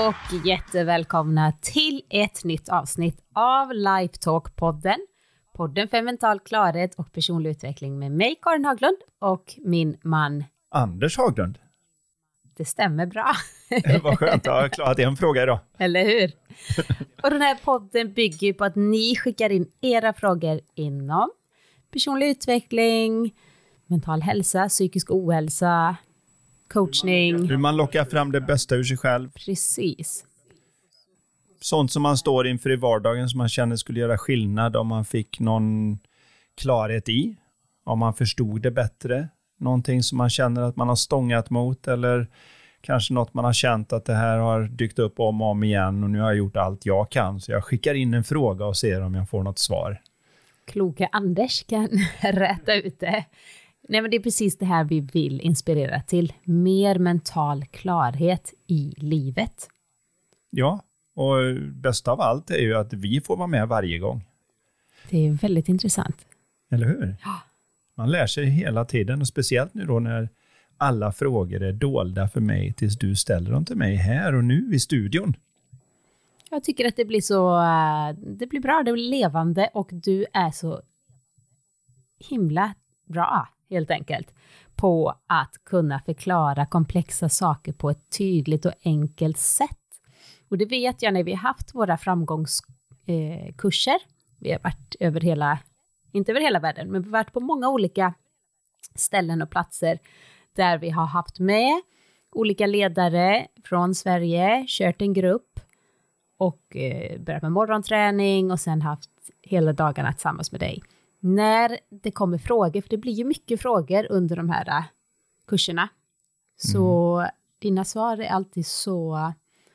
och jättevälkomna till ett nytt avsnitt av Lifetalk-podden. Podden för mental klarhet och personlig utveckling med mig, Karin Haglund, och min man Anders Haglund. Det stämmer bra. Vad skönt, jag har klarat en fråga idag. Eller hur? Och den här podden bygger på att ni skickar in era frågor inom personlig utveckling, mental hälsa, psykisk ohälsa, coachning. Hur man lockar fram det bästa ur sig själv. Precis. Sånt som man står inför i vardagen som man känner skulle göra skillnad om man fick någon klarhet i. Om man förstod det bättre. Någonting som man känner att man har stångat mot, eller kanske något man har känt att det här har dykt upp om och om igen och nu har jag gjort allt jag kan. Så jag skickar in en fråga och ser om jag får något svar. Kloka Anders kan rätta ut det. Nej, men det är precis det här vi vill inspirera till. Mer mental klarhet i livet. Ja, och bäst av allt är ju att vi får vara med varje gång. Det är väldigt intressant. Eller hur? Ja. Man lär sig hela tiden, och speciellt nu då när alla frågor är dolda för mig tills du ställer dem till mig här och nu i studion. Jag tycker att det blir bra, det blir levande och du är så himla bra helt enkelt på att kunna förklara komplexa saker på ett tydligt och enkelt sätt. Och det vet jag när vi har haft våra framgångskurser. Vi har varit inte över hela världen, men vi har varit på många olika ställen och platser där vi har haft med olika ledare från Sverige, kört en grupp och börjat med morgonträning och sen haft hela dagarna tillsammans med dig. När det kommer frågor, för det blir ju mycket frågor under de här kurserna, så dina svar är alltid så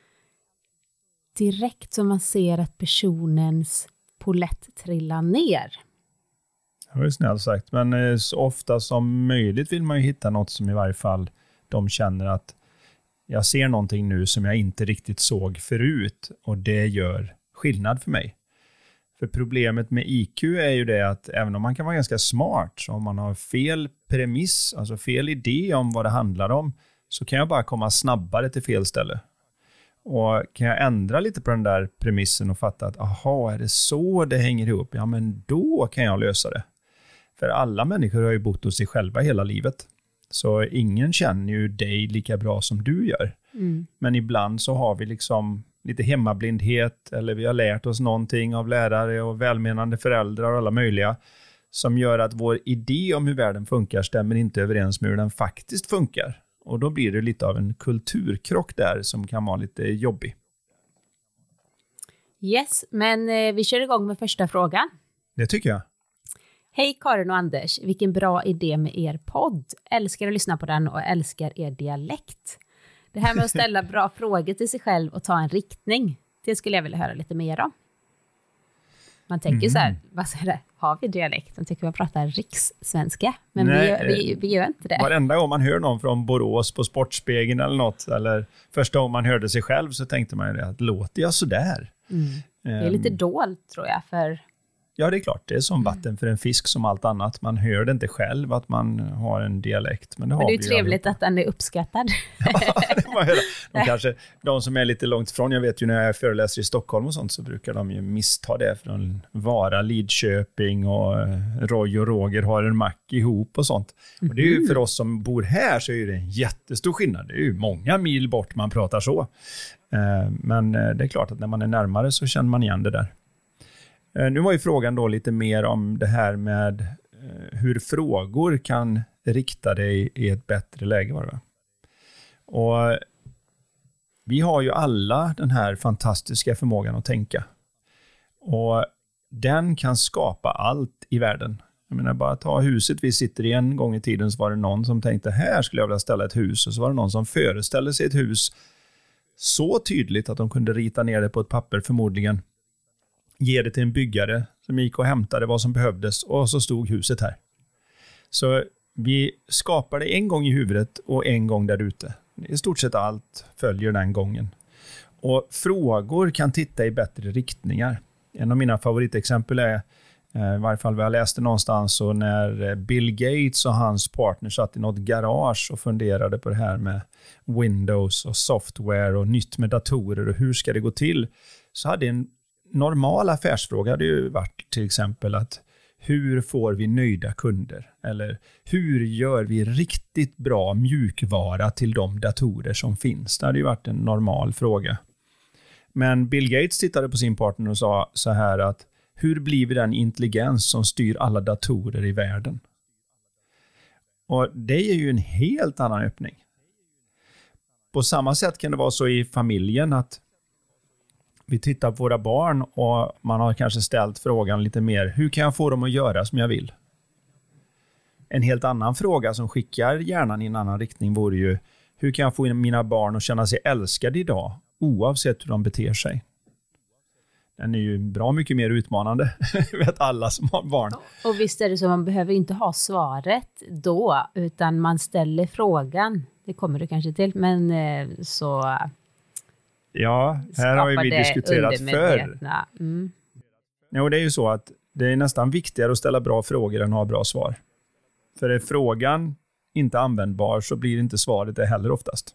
direkt som man ser att personens polett trillar ner. Det var ju snällt sagt, men så ofta som möjligt vill man ju hitta något som i varje fall de känner att jag ser någonting nu som jag inte riktigt såg förut, och det gör skillnad för mig. För problemet med IQ är ju det att även om man kan vara ganska smart, så om man har fel premiss, alltså fel idé om vad det handlar om, så kan jag bara komma snabbare till fel ställe. Och kan jag ändra lite på den där premissen och fatta att aha, är det så det hänger ihop? Ja, men då kan jag lösa det. För alla människor har ju bott hos sig själva hela livet. Så ingen känner ju dig lika bra som du gör. Men ibland så har vi liksom lite hemmablindhet, eller vi har lärt oss någonting av lärare och välmenande föräldrar och alla möjliga, som gör att vår idé om hur världen funkar stämmer inte överens med hur den faktiskt funkar. Och då blir det lite av en kulturkrock där som kan vara lite jobbig. Yes, men vi kör igång med första frågan. Det tycker jag. Hej Karin och Anders, vilken bra idé med er podd. Älskar att lyssna på den och älskar er dialekt. Det här med att ställa bra frågor till sig själv och ta en riktning, det skulle jag vilja höra lite mer om. Man tänker så här, vad säger det? Har vi dialekt? Man tycker man pratar rikssvenska, men vi gör inte det. Varenda gång man hör någon från Borås på Sportspegeln eller något, eller första gången man hörde sig själv, så tänkte man ju det, att låter jag så där? Det är lite dolt tror jag för... Ja, det är klart. Det är som vatten för en fisk som allt annat. Man hör det inte själv att man har en dialekt. Men det är ju trevligt att den är uppskattad. De som är lite långt ifrån, jag vet ju när jag föreläser i Stockholm och sånt, så brukar de ju missta det från Vara, Lidköping och Roy och Roger har en mack ihop och sånt. Och det är ju för oss som bor här, så är det en jättestor skillnad. Det är ju många mil bort man pratar så. Men det är klart att när man är närmare så känner man igen det där. Nu var ju frågan då lite mer om det här med hur frågor kan rikta dig i ett bättre läge. Var det? Och vi har ju alla den här fantastiska förmågan att tänka. Och den kan skapa allt i världen. Jag menar, bara ta huset vi sitter i. En gång i tiden så var det någon som tänkte, här skulle jag vilja ställa ett hus. Och så var det någon som föreställde sig ett hus så tydligt att de kunde rita ner det på ett papper förmodligen. Ge det till en byggare som gick och hämtade vad som behövdes, och så stod huset här. Så vi skapar det en gång i huvudet och en gång där ute. I stort sett allt följer den gången. Och frågor kan titta i bättre riktningar. En av mina favoritexempel är I varje fall vad jag läste någonstans, så när Bill Gates och hans partner satt i något garage och funderade på det här med Windows och software och nytt med datorer och hur ska det gå till, så hade en normal affärsfråga hade ju varit till exempel att hur får vi nöjda kunder? Eller hur gör vi riktigt bra mjukvara till de datorer som finns? Det hade ju varit en normal fråga. Men Bill Gates tittade på sin partner och sa så här att hur blir vi den intelligens som styr alla datorer i världen? Och det är ju en helt annan öppning. På samma sätt kan det vara så i familjen att vi tittar på våra barn och man har kanske ställt frågan lite mer, hur kan jag få dem att göra som jag vill? En helt annan fråga som skickar hjärnan i en annan riktning vore ju, hur kan jag få mina barn att känna sig älskade idag, oavsett hur de beter sig? Den är ju bra mycket mer utmanande, vet alla som har barn. Och visst är det så, man behöver inte ha svaret då, utan man ställer frågan. Det kommer du kanske till, men så... Ja, här har vi diskuterat förr. Ja, och det är ju så att det är nästan viktigare att ställa bra frågor än att ha bra svar. För är frågan inte användbar så blir inte svaret det heller oftast.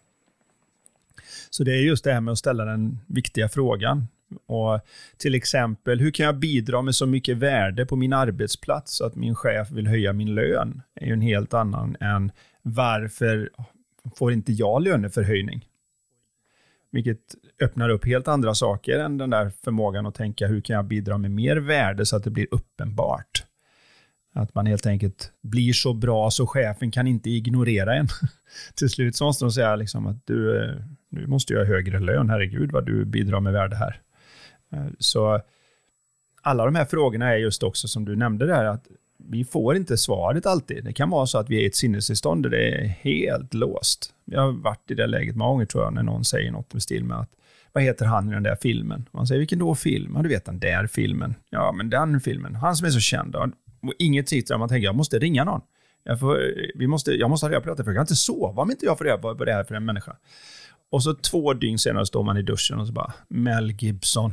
Så det är just det här med att ställa den viktiga frågan. Och till exempel, hur kan jag bidra med så mycket värde på min arbetsplats så att min chef vill höja min lön? Det är ju en helt annan än varför får inte jag löneförhöjning? Vilket öppnar upp helt andra saker än den där förmågan att tänka hur kan jag bidra med mer värde så att det blir uppenbart. Att man helt enkelt blir så bra så chefen kan inte ignorera en. Till slut så måste de säga liksom att du måste ju ha högre lön, herregud vad du bidrar med värde här. Så alla de här frågorna är just också som du nämnde där, att vi får inte svaret alltid. Det kan vara så att vi är i ett sinnestillstånd där det är helt låst. Jag har varit i det läget många gånger tror jag, när någon säger något med stil med att vad heter han i den där filmen? Man säger, vilken då film? Ja, du vet den där filmen. Ja, men den filmen. Han som är så känd. Och inget tid där man tänker, jag måste ringa någon. Jag måste ha reda på det, för jag kan inte sova om inte jag får reda på det här för en människa. Och så 2 dygn senare står man i duschen och så bara, Mel Gibson.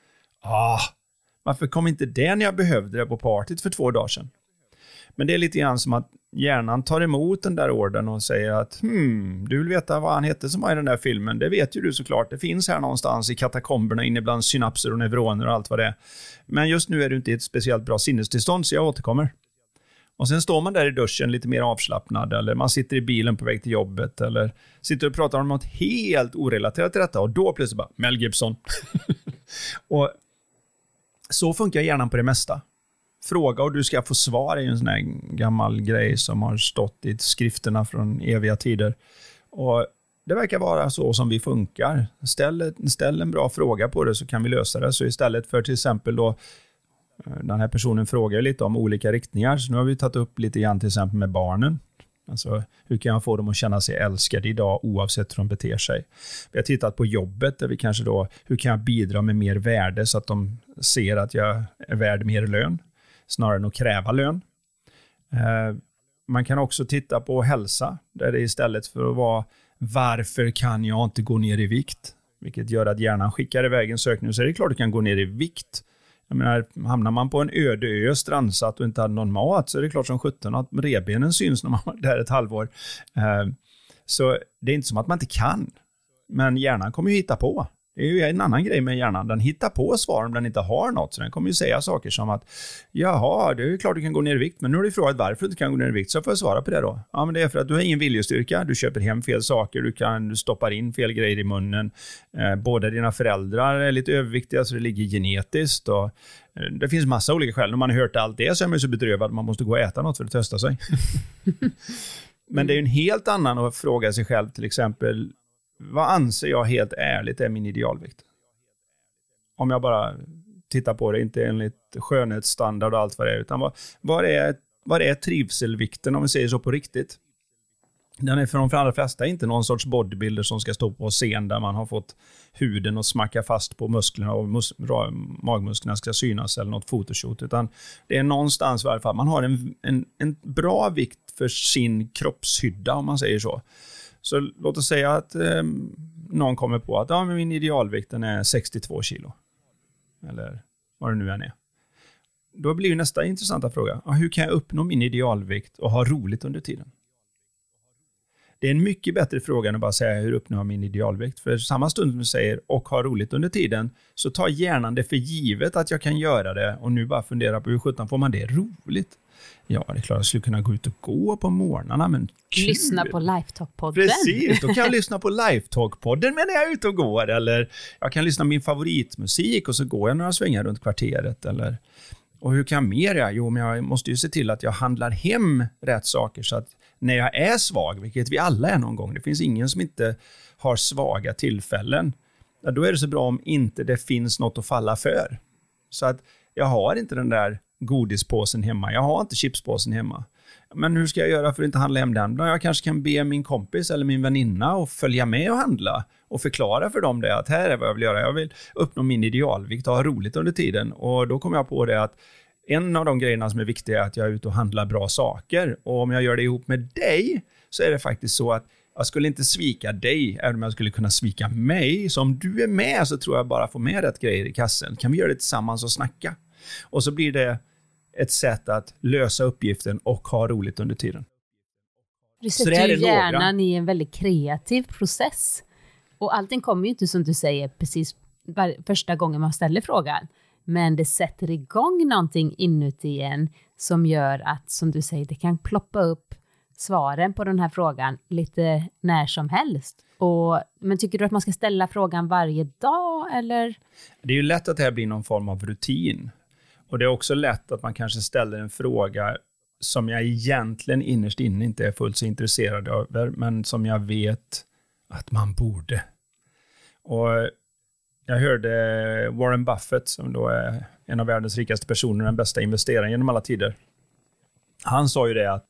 Varför kom inte det när jag behövde det på partyt för 2 dagar sedan? Men det är lite grann som att hjärnan tar emot den där orden och säger att du vill veta vad han hette som var i den där filmen. Det vet ju du såklart. Det finns här någonstans i katakomberna inne bland synapser och neuroner och allt vad det är. Men just nu är du inte i ett speciellt bra sinnestillstånd så jag återkommer. Och sen står man där i duschen lite mer avslappnad eller man sitter i bilen på väg till jobbet eller sitter och pratar om något helt orelaterat till detta och då plötsligt bara Mel Gibson. Och så funkar hjärnan på det mesta. Fråga och du ska få svar är ju en sån här gammal grej som har stått i skrifterna från eviga tider. Och det verkar vara så som vi funkar. Ställ en bra fråga på det så kan vi lösa det. Så istället för till exempel då den här personen frågar lite om olika riktningar. Så nu har vi tagit upp lite grann till exempel med barnen. Alltså hur kan jag få dem att känna sig älskade idag oavsett hur de beter sig. Vi har tittat på jobbet där vi kanske då, hur kan jag bidra med mer värde så att de ser att jag är värd mer lön snarare än att kräva lön. Man kan också titta på hälsa där det istället för att vara varför kan jag inte gå ner i vikt? Vilket gör att hjärnan skickar iväg en sökning och så är det klart att du kan gå ner i vikt. Jag menar, hamnar man på en öde ö strandsatt och inte hade någon mat så är det klart som 17 att revbenen syns när man var där ett halvår. Så det är inte som att man inte kan. Men hjärnan kommer ju hitta på. Det är ju en annan grej med hjärnan. Den hittar på svar om den inte har något. Så den kommer ju säga saker som att jaha, det är ju klart du kan gå ner i vikt. Men nu har du frågat varför du inte kan gå ner i vikt. Så får jag svara på det då. Ja, men det är för att du har ingen viljestyrka. Du köper hem fel saker. Du stoppar in fel grejer i munnen. Båda dina föräldrar är lite överviktiga så det ligger genetiskt. Och det finns massa olika skäl. När man har hört allt det så är man ju så bedrövad att man måste gå och äta något för att testa sig. Men det är ju en helt annan att fråga sig själv till exempel. Vad anser jag helt ärligt är min idealvikt? Om jag bara tittar på det, inte enligt skönhetsstandard och allt vad det är, utan vad är trivselvikten om vi säger så på riktigt? Den är för de allra flesta inte någon sorts bodybuilder som ska stå på scen där man har fått huden att smacka fast på musklerna och magmusklerna ska synas eller något photoshoot, utan det är någonstans i alla fall man har en bra vikt för sin kroppshydda om man säger så. Så låt oss säga att någon kommer på att min idealvikten är 62 kilo. Eller vad det nu än är. då blir ju nästa intressanta fråga. Hur kan jag uppnå min idealvikt och ha roligt under tiden? Det är en mycket bättre fråga än att bara säga hur uppnår jag min idealvikt. För samma stund som du säger och ha roligt under tiden, så tar hjärnan det för givet att jag kan göra det och nu bara fundera på hur 17 får man det roligt. Ja, det är klart jag skulle kunna gå ut och gå på morgnarna, men kul. Lyssna på Lifetalk-podden. Precis, då kan jag lyssna på Lifetalk-podden när jag är ute och går. Eller jag kan lyssna på min favoritmusik och så går jag några svängar runt kvarteret. Eller, och hur kan jag mer göra? Jo, men jag måste ju se till att jag handlar hem rätt saker så att när jag är svag, vilket vi alla är någon gång, det finns ingen som inte har svaga tillfällen, då är det så bra om inte det finns något att falla för. Så att jag har inte den där godispåsen hemma, jag har inte chipspåsen hemma. Men hur ska jag göra för att inte handla hem den? Jag kanske kan be min kompis eller min väninna och följa med och handla och förklara för dem det att här är vad jag vill göra. Jag vill uppnå min idealvikt och ha roligt under tiden. Och då kom jag på det att en av de grejerna som är viktiga är att jag är ute och handlar bra saker. Och om jag gör det ihop med dig så är det faktiskt så att jag skulle inte svika dig, även om jag skulle kunna svika mig. Så om du är med så tror jag bara får med rätt grejer i kassen. Kan vi göra det tillsammans och snacka? Och så blir det ett sätt att lösa uppgiften och ha roligt under tiden. Du sätter ju hjärnan i en väldigt kreativ process. Och allting kommer ju inte som du säger precis första gången man ställer frågan. Men det sätter igång någonting inuti en som gör att, som du säger, det kan ploppa upp svaren på den här frågan lite när som helst. Men tycker du att man ska ställa frågan varje dag, eller? Det är ju lätt att det här blir någon form av rutin. Och det är också lätt att man kanske ställer en fråga som jag egentligen innerst inne inte är fullt så intresserad över, men som jag vet att man borde. Och jag hörde Warren Buffett, som då är en av världens rikaste personer, den bästa investeraren genom alla tider. Han sa ju det att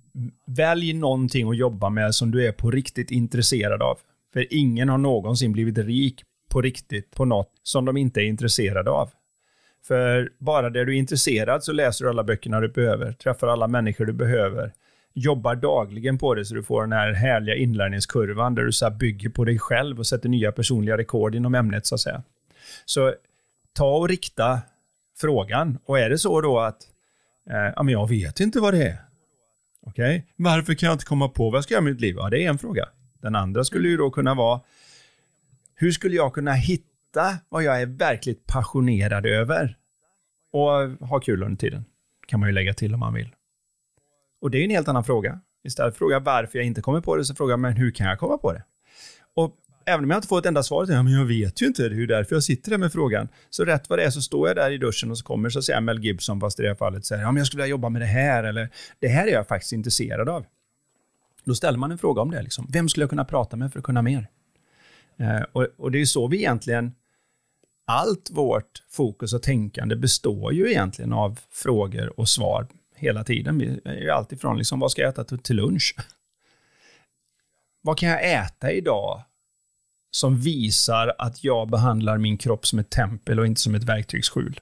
välj någonting att jobba med som du är på riktigt intresserad av. För ingen har någonsin blivit rik på riktigt på något som de inte är intresserade av. För bara där du är intresserad så läser du alla böckerna du behöver, träffar alla människor du behöver, jobbar dagligen på det så du får den här härliga inlärningskurvan där du så här bygger på dig själv och sätter nya personliga rekord inom ämnet så att säga. Så ta och rikta frågan. Och är det så då att men jag vet inte vad det är. Okej? Varför kan jag inte komma på vad jag ska göra med mitt liv? Ja, det är en fråga. Den andra skulle ju då kunna vara, hur skulle jag kunna hitta vad jag är verkligt passionerad över och ha kul under tiden? Kan man ju lägga till om man vill. Och det är en helt annan fråga. Istället för att fråga varför jag inte kommer på det, så frågar man hur kan jag komma på det? Och även om jag inte får ett enda svar till, men jag vet ju inte hur därför jag sitter där med frågan. Så rätt vad det är så står jag där i duschen och så kommer så att säga Mel Gibson, fast i det här fallet säger men jag skulle vilja jobba med det här, eller det här är jag faktiskt intresserad av. Då ställer man en fråga om det liksom. Vem skulle jag kunna prata med för att kunna mer? Och det är ju så vi egentligen, allt vårt fokus och tänkande består ju egentligen av frågor och svar hela tiden. Vi är ju alltifrån liksom, vad ska jag äta till lunch? Vad kan jag äta idag som visar att jag behandlar min kropp som ett tempel och inte som ett verktygsskjul?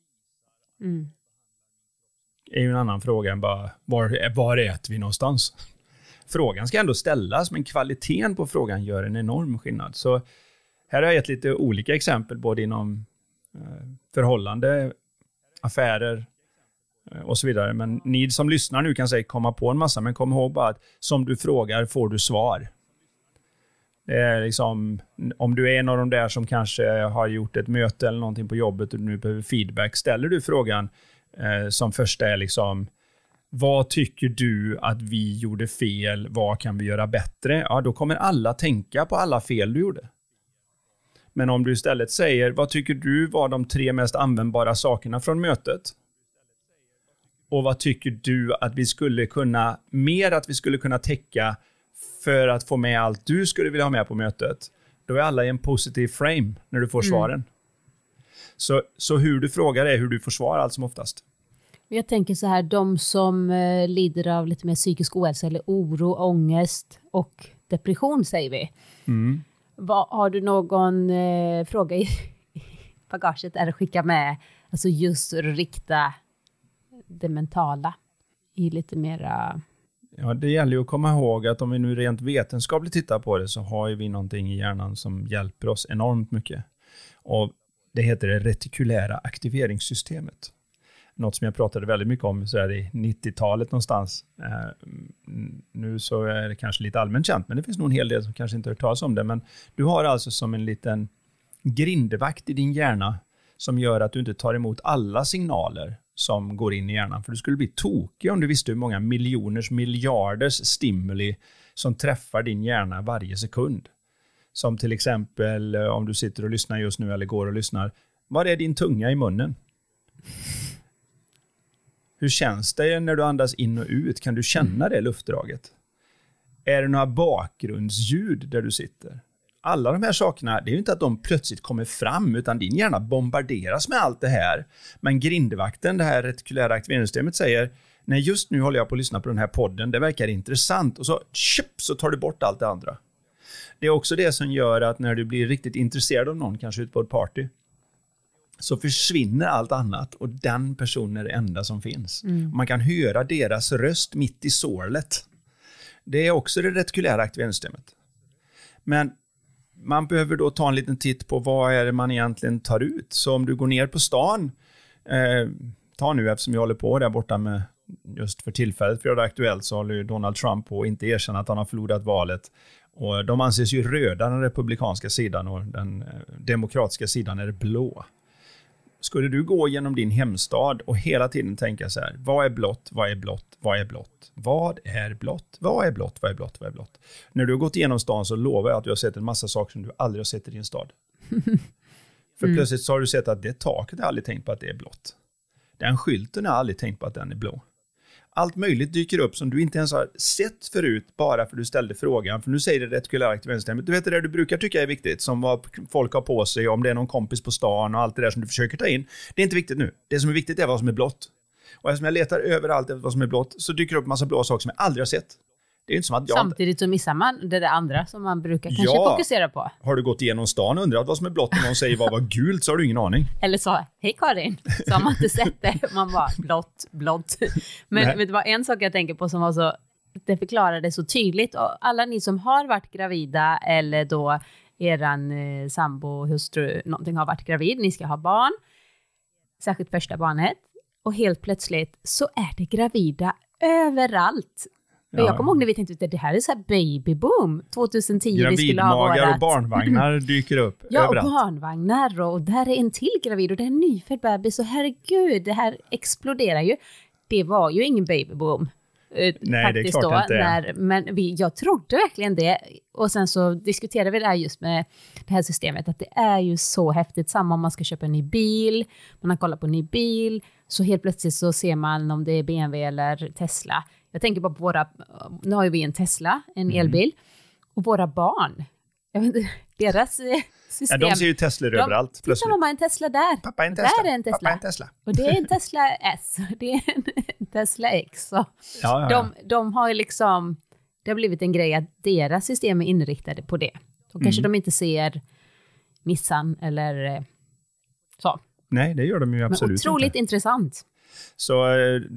Det är ju en annan fråga än bara, var äter vi någonstans? Frågan ska ändå ställas, men kvaliteten på frågan gör en enorm skillnad. Så här har jag gett lite olika exempel, både inom förhållande, affärer och så vidare. Men ni som lyssnar nu kan säga komma på en massa, men kom ihåg bara att som du frågar får du svar. Det är liksom, om du är en av de där som kanske har gjort ett möte eller någonting på jobbet och nu behöver feedback, ställer du frågan som första är liksom, vad tycker du att vi gjorde fel? Vad kan vi göra bättre? Ja, då kommer alla tänka på alla fel du gjorde. Men om du istället säger, vad tycker du var de 3 mest användbara sakerna från mötet? Och vad tycker du att vi skulle kunna täcka för att få med allt du skulle vilja ha med på mötet? Då är alla i en positiv frame när du får svaren. Så hur du frågar är hur du får svar allt som oftast. Jag tänker så här, de som lider av lite mer psykisk ohälsa eller oro, ångest och depression säger vi. Har du någon fråga i bagaget är att skicka med, alltså just rikta det mentala i lite mera... Ja, det gäller ju att komma ihåg att om vi nu rent vetenskapligt tittar på det så har ju vi någonting i hjärnan som hjälper oss enormt mycket. Och det heter det retikulära aktiveringssystemet. något som jag pratade väldigt mycket om så är det i 90-talet någonstans. Nu så är det kanske lite allmänt känt, men det finns nog en hel del som kanske inte hört talas om det. Men du har alltså som en liten grindvakt i din hjärna som gör att du inte tar emot alla signaler som går in i hjärnan. För du skulle bli tokig om du visste hur många miljarders stimuli som träffar din hjärna varje sekund. Som till exempel om du sitter och lyssnar just nu eller går och lyssnar. Var är din tunga i munnen? Hur känns det när du andas in och ut? Kan du känna det luftdraget? Är det några bakgrundsljud där du sitter? Alla de här sakerna, det är ju inte att de plötsligt kommer fram utan din hjärna bombarderas med allt det här. Men grindvakten, det här retikulära aktiveringssystemet säger, nej just nu håller jag på att lyssna på den här podden, det verkar intressant och så tar du bort allt det andra. Det är också det som gör att när du blir riktigt intresserad av någon, kanske ut på ett party, så försvinner allt annat och den personen är det enda som finns. Man kan höra deras röst mitt i sorlet. Det är också det retikulära aktiveringssystemet. Men man behöver då ta en liten titt på vad är det man egentligen tar ut. Så om du går ner på stan, ta nu eftersom jag håller på där borta med just för tillfället, för det är aktuellt, så håller ju Donald Trump på att inte erkänna att han har förlorat valet. Och de anses ju röda, den republikanska sidan, och den demokratiska sidan är blå. Skulle du gå genom din hemstad och hela tiden tänka så här, vad är blått, vad är blått, vad är blått? Vad är blått, vad är blått, vad är blått, vad är blått? När du har gått igenom stan så lovar jag att du har sett en massa saker som du aldrig har sett i din stad. För plötsligt så har du sett att det taket har aldrig tänkt på att det är blått. Den skylten har aldrig tänkt på att den är blå. Allt möjligt dyker upp som du inte ens har sett förut bara för du ställde frågan. För nu säger det retikulära aktiveringssystemet. Du vet det där du brukar tycka är viktigt, som vad folk har på sig, om det är någon kompis på stan och allt det där som du försöker ta in. Det är inte viktigt nu. Det som är viktigt är vad som är blått. Och eftersom jag letar överallt efter vad som är blått så dyker det upp en massa blå saker som jag aldrig har sett. Det är inte som att jag... Samtidigt så missar man det där andra som man brukar kanske fokusera på. Har du gått igenom stan och undrat vad som är blått och någon säger vad var gult, så har du ingen aning. Eller så, hej Karin, så har man inte sett det. Man bara, blått. Men det var en sak jag tänker på som var så, det förklarade så tydligt. Och alla ni som har varit gravida eller då eran sambo, hustru, någonting har varit gravid, ni ska ha barn. Särskilt första barnet. Och helt plötsligt så är det gravida överallt. Ja. Jag kommer ihåg när vi tänkte att det här är så här babyboom. 2010 vi skulle ha vårat... och barnvagnar dyker upp överallt. Ja, och barnvagnar och där är en till gravid och det är en nyfödd bebis. Och herregud, det här exploderar ju. Det var ju ingen babyboom. Nej, det är klart då, inte. Men jag trodde verkligen det. Och sen så diskuterade vi det här just med det här systemet. Att det är ju så häftigt. Samma om man ska köpa en ny bil. Man har kollat på en ny bil. Så helt plötsligt så ser man om det är BMW eller Tesla. Jag tänker bara på nu har ju vi en Tesla, en elbil. Och våra barn, jag vet inte, deras system. Ja, de ser ju Tesla överallt. Titta mamma, en Tesla där. Pappa är en Tesla. Där är en Tesla. Pappa är en Tesla. Och det är en Tesla S. Det är en Tesla X. Så ja. De har ju liksom, det har blivit en grej att deras system är inriktade på det. Då kanske de inte ser Nissan eller så. Nej, det gör de ju absolut inte. Otroligt intressant. Så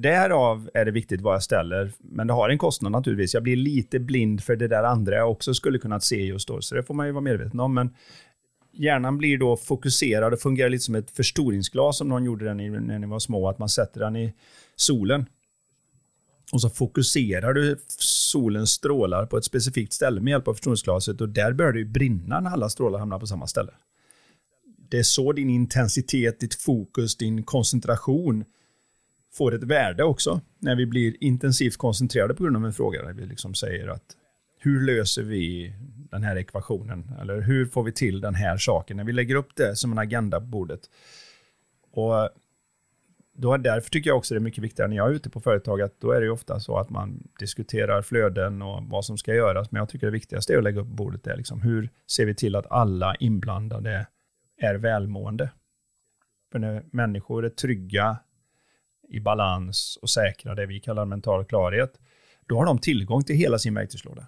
därav är det viktigt vad jag ställer. Men det har en kostnad naturligtvis. Jag blir lite blind för det där andra jag också skulle kunna se just då. Så det får man ju vara medveten om. Men hjärnan blir då fokuserad och fungerar lite som ett förstoringsglas som någon gjorde den när ni var små. Att man sätter den i solen. Och så fokuserar du solens strålar på ett specifikt ställe med hjälp av förstoringsglaset. Och där börjar det ju brinna när alla strålar hamnar på samma ställe. Det är så din intensitet, ditt fokus, din koncentration får ett värde också. När vi blir intensivt koncentrerade på grund av en fråga. Där vi liksom säger att hur löser vi den här ekvationen? Eller hur får vi till den här saken? När vi lägger upp det som en agenda på bordet. Och därför tycker jag också det är mycket viktigare när jag är ute på företag. Att då är det ju ofta så att man diskuterar flöden och vad som ska göras. Men jag tycker det viktigaste är att lägga upp på bordet. Är liksom, hur ser vi till att alla inblandade är välmående? För när människor är trygga, i balans och säkra, det vi kallar mental klarhet, då har de tillgång till hela sin verktygslåda.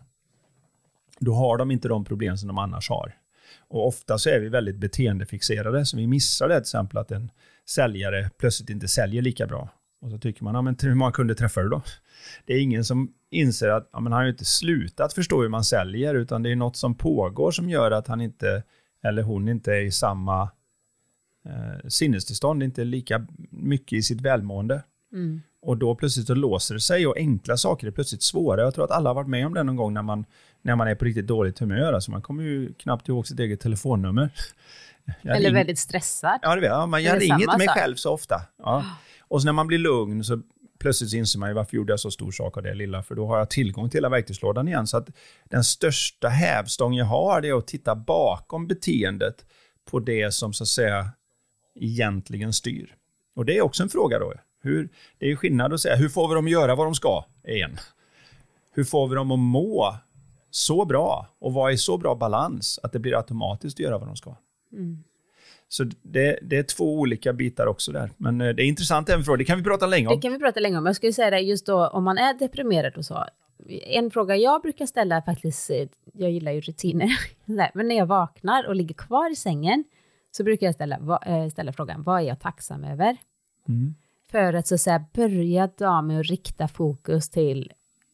Då har de inte de problem som de annars har. Och ofta så är vi väldigt beteendefixerade, så vi missar det till exempel att en säljare plötsligt inte säljer lika bra. Och så tycker man, men hur många kunder träffar du då? Det är ingen som inser att han har ju inte slutat förstå hur man säljer, utan det är något som pågår som gör att han inte eller hon inte är i samma sinnestillstånd, inte lika mycket i sitt välmående. Mm. Och då plötsligt så låser det sig och enkla saker är plötsligt svåra. Jag tror att alla har varit med om det någon gång när man är på riktigt dåligt humör. Alltså man kommer ju knappt ihåg sitt eget telefonnummer. Eller väldigt stressad. Ja, det vet jag. Men jag ringer inte mig själv så ofta. Ja. Och så när man blir lugn så plötsligt inser man ju varför gjorde jag så stor sak av det lilla. För då har jag tillgång till hela verktygslådan igen. Så att den största hävstång jag har, det är att titta bakom beteendet på det som så att säga egentligen styr. Och det är också en fråga då. Det är ju skillnad att säga, hur får vi dem göra vad de ska? Hur får vi dem att må så bra och vara i så bra balans att det blir automatiskt att göra vad de ska? Mm. Så det är två olika bitar också där. Men det är intressant även fråga. Det kan vi prata länge om. Det kan vi prata länge om. Jag skulle säga det just då, om man är deprimerad och så. En fråga jag brukar ställa är faktiskt, jag gillar ju rutiner. Men när jag vaknar och ligger kvar i sängen så brukar jag ställa frågan, vad är jag tacksam över? Mm. För att så att säga börja dagen med att rikta fokus till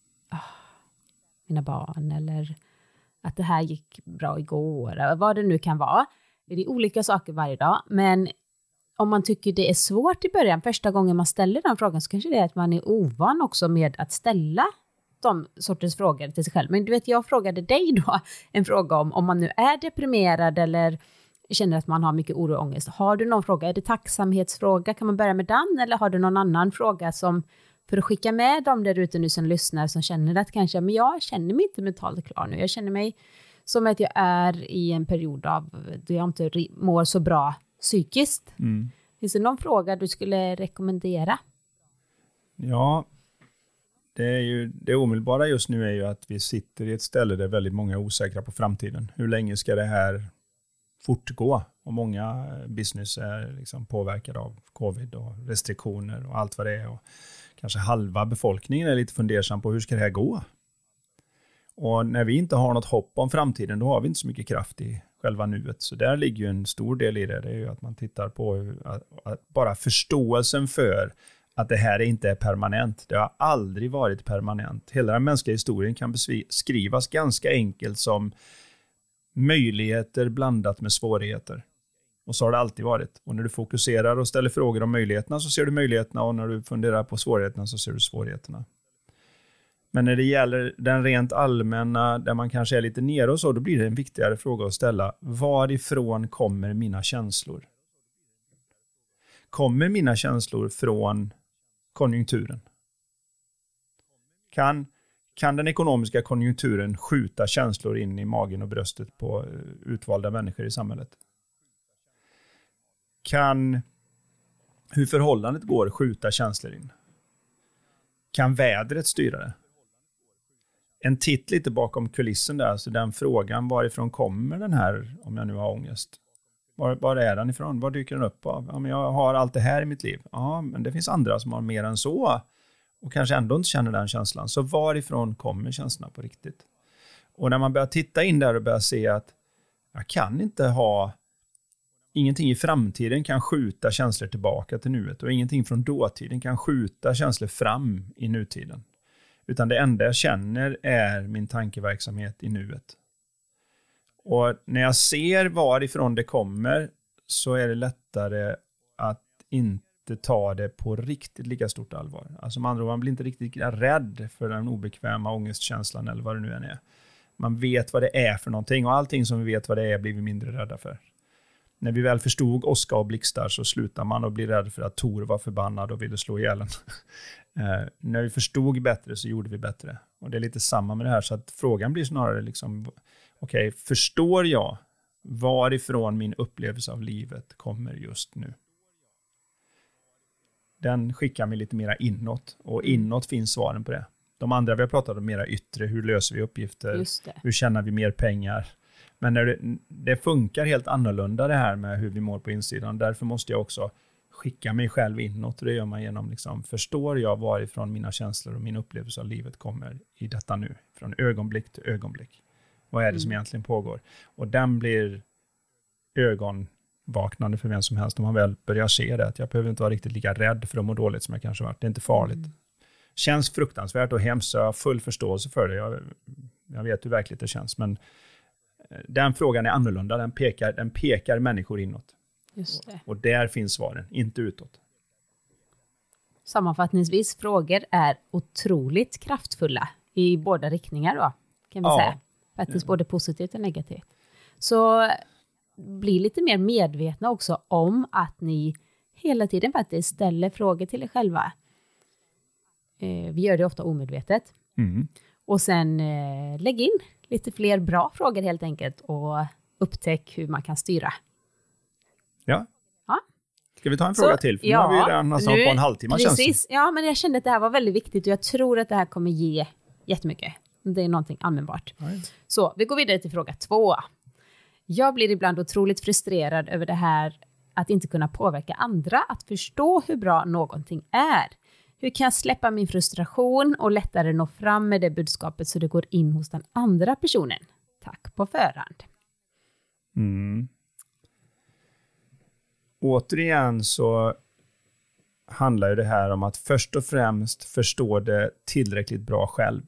mina barn eller att det här gick bra igår. Vad det nu kan vara. Det är olika saker varje dag. Men om man tycker det är svårt i början, första gången man ställer den frågan så kanske det är att man är ovan också med att ställa de sortens frågor till sig själv. Men du vet, jag frågade dig då en fråga om man nu är deprimerad eller känner att man har mycket oro och ångest. Har du någon fråga? Är det tacksamhetsfråga? Kan man börja med den? Eller har du någon annan fråga som för att skicka med dem där ute nu som lyssnar som känner att kanske, men jag känner mig inte mentalt klar nu. Jag känner mig som att jag är i en period av då jag inte mår så bra psykiskt. Mm. Finns det någon fråga du skulle rekommendera? Ja, det omedelbara just nu är ju att vi sitter i ett ställe där väldigt många är osäkra på framtiden. Hur länge ska det här fortgå? Och många business är liksom påverkade av covid och restriktioner och allt vad det är. Och kanske halva befolkningen är lite fundersam på hur ska det här gå? Och när vi inte har något hopp om framtiden, då har vi inte så mycket kraft i själva nuet. Så där ligger ju en stor del i det. Det är ju att man tittar på att bara förståelsen för att det här inte är permanent. Det har aldrig varit permanent. Hela den mänskliga historien kan beskrivas ganska enkelt som möjligheter blandat med svårigheter. Och så har det alltid varit. Och när du fokuserar och ställer frågor om möjligheterna så ser du möjligheterna. Och när du funderar på svårigheterna så ser du svårigheterna. Men när det gäller den rent allmänna, där man kanske är lite nere och så, då blir det en viktigare fråga att ställa. Varifrån kommer mina känslor? Kommer mina känslor från konjunkturen? Kan den ekonomiska konjunkturen skjuta känslor in i magen och bröstet på utvalda människor i samhället? Kan hur förhållandet går skjuta känslor in? Kan vädret styra det? En titt lite bakom kulissen där, så den frågan, varifrån kommer den här, om jag nu har ångest? Var är den ifrån? Var dyker den upp av? Ja, men jag har allt det här i mitt liv. Ja, men det finns andra som har mer än så och kanske ändå inte känner den känslan. Så varifrån kommer känslorna på riktigt? Och när man börjar titta in där och börjar se att jag kan inte ha ingenting i framtiden kan skjuta känslor tillbaka till nuet och ingenting från dåtiden kan skjuta känslor fram i nutiden. Utan det enda jag känner är min tankeverksamhet i nuet. Och när jag ser varifrån det kommer så är det lättare att inte ta det på riktigt lika stort allvar. Alltså med andra ord, man blir inte riktigt rädd för den obekväma ångestkänslan eller vad det nu än är. Man vet vad det är för någonting och allting som vi vet vad det är blir vi mindre rädda för. När vi väl förstod åska och blixtar så slutar man att bli rädd för att Tor var förbannad och ville slå ihjäl en. När vi förstod bättre så gjorde vi bättre. Och det är lite samma med det här, så att frågan blir snarare liksom, okej, förstår jag varifrån min upplevelse av livet kommer just nu? Den skickar mig lite mera inåt och inåt finns svaren på det. De andra vi har pratat om mera yttre, hur löser vi uppgifter, hur tjänar vi mer pengar? Men när det funkar helt annorlunda det här med hur vi mår på insidan. Därför måste jag också skicka mig själv inåt. Och det gör man genom, liksom, förstår jag varifrån mina känslor och min upplevelse av livet kommer i detta nu. Från ögonblick till ögonblick. Vad är det som egentligen pågår? Och den blir ögonvaknande för vem som helst. Om man väl börjar se det. Att jag behöver inte vara riktigt lika rädd för att må dåligt som jag kanske varit. Det är inte farligt. Känns fruktansvärt och hemskt. Jag har full förståelse för det. Jag vet hur verkligt det känns. Men den frågan är annorlunda. Den pekar människor inåt. Just det. Och där finns svaren, inte utåt. Sammanfattningsvis, frågor är otroligt kraftfulla i båda riktningar då, kan vi säga. Faktiskt både positivt och negativt. Så bli lite mer medvetna också om att ni hela tiden faktiskt ställer frågor till er själva. Vi gör det ofta omedvetet. Och sen lägg in lite fler bra frågor helt enkelt och upptäck hur man kan styra. Ja. Ska vi ta en fråga till? För nu har vi redan nästan på en halvtimme. Precis, ja, men jag kände att det här var väldigt viktigt och jag tror att det här kommer ge jättemycket. Det är någonting användbart. Så vi går vidare till fråga 2. Jag blir ibland otroligt frustrerad över det här att inte kunna påverka andra att förstå hur bra någonting är. Hur kan jag släppa min frustration och lättare nå fram med det budskapet så det går in hos den andra personen? Tack på förhand. Återigen så handlar ju det här om att först och främst förstå det tillräckligt bra själv.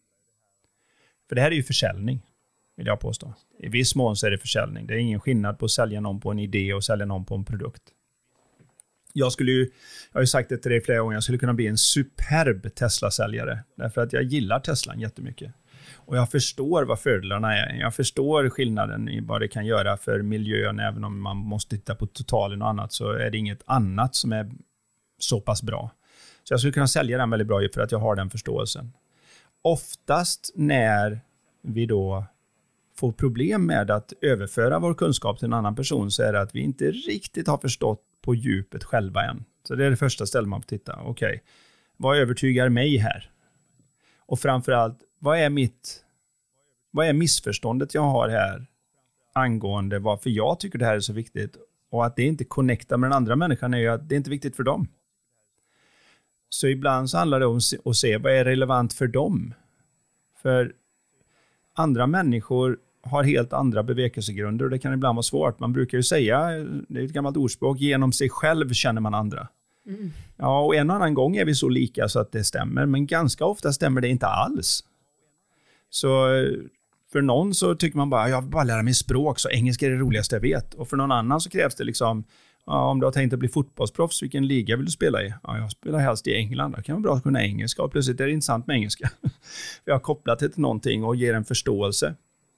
För det här är ju försäljning, vill jag påstå. I viss mån så är det försäljning. Det är ingen skillnad på att sälja någon på en idé och sälja någon på en produkt. Jag har ju sagt det till dig flera gånger, jag skulle kunna bli en superb Tesla-säljare. Därför att jag gillar Teslan jättemycket. Och jag förstår vad fördelarna är. Jag förstår skillnaden i vad det kan göra för miljön. Även om man måste titta på totalen och annat så är det inget annat som är så pass bra. Så jag skulle kunna sälja den väldigt bra för att jag har den förståelsen. Oftast när vi då får problem med att överföra vår kunskap till en annan person så är det att vi inte riktigt har förstått på djupet själva än. Så det är det första stället man får titta. Okej, vad övertygar mig här? Och framförallt, vad är missförståndet jag har här angående varför jag tycker det här är så viktigt? Och att det inte connectar med den andra människan är ju att det inte är viktigt för dem. Så ibland så handlar det om att se vad är relevant för dem. För andra människor har helt andra bevekelsegrunder och det kan ibland vara svårt. Man brukar ju säga, det är ett gammalt ordspråk, genom sig själv känner man andra. Ja, och en annan gång är vi så lika så att det stämmer, men ganska ofta stämmer det inte alls. Så för någon så tycker man bara, jag vill bara lära mig språk så engelska är det roligaste jag vet. Och för någon annan så krävs det liksom, om du har tänkt att bli fotbollsproffs, vilken liga vill du spela i? Ja, jag spelar helst i England, det kan vara bra att kunna engelska och plötsligt är det intressant med engelska. Vi har kopplat det till någonting och ger en förståelse.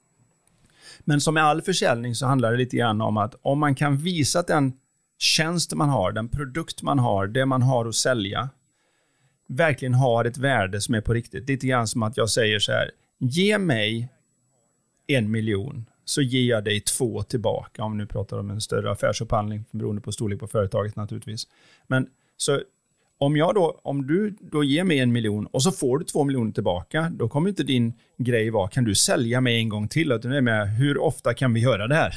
Men som med all försäljning så handlar det lite grann om att om man kan visa att den tjänst man har, den produkt man har, det man har att sälja verkligen har ett värde som är på riktigt. Lite grann som att jag säger så här, ge mig 1 miljon så ger jag dig 2 tillbaka. Om nu pratar om en större affärsupphandling beroende på storlek på företaget naturligtvis. Men så om du då ger mig 1 miljon och så får du 2 miljoner tillbaka, då kommer inte din grej vara, kan du sälja mig en gång till? Utan det är med, hur ofta kan vi göra det här?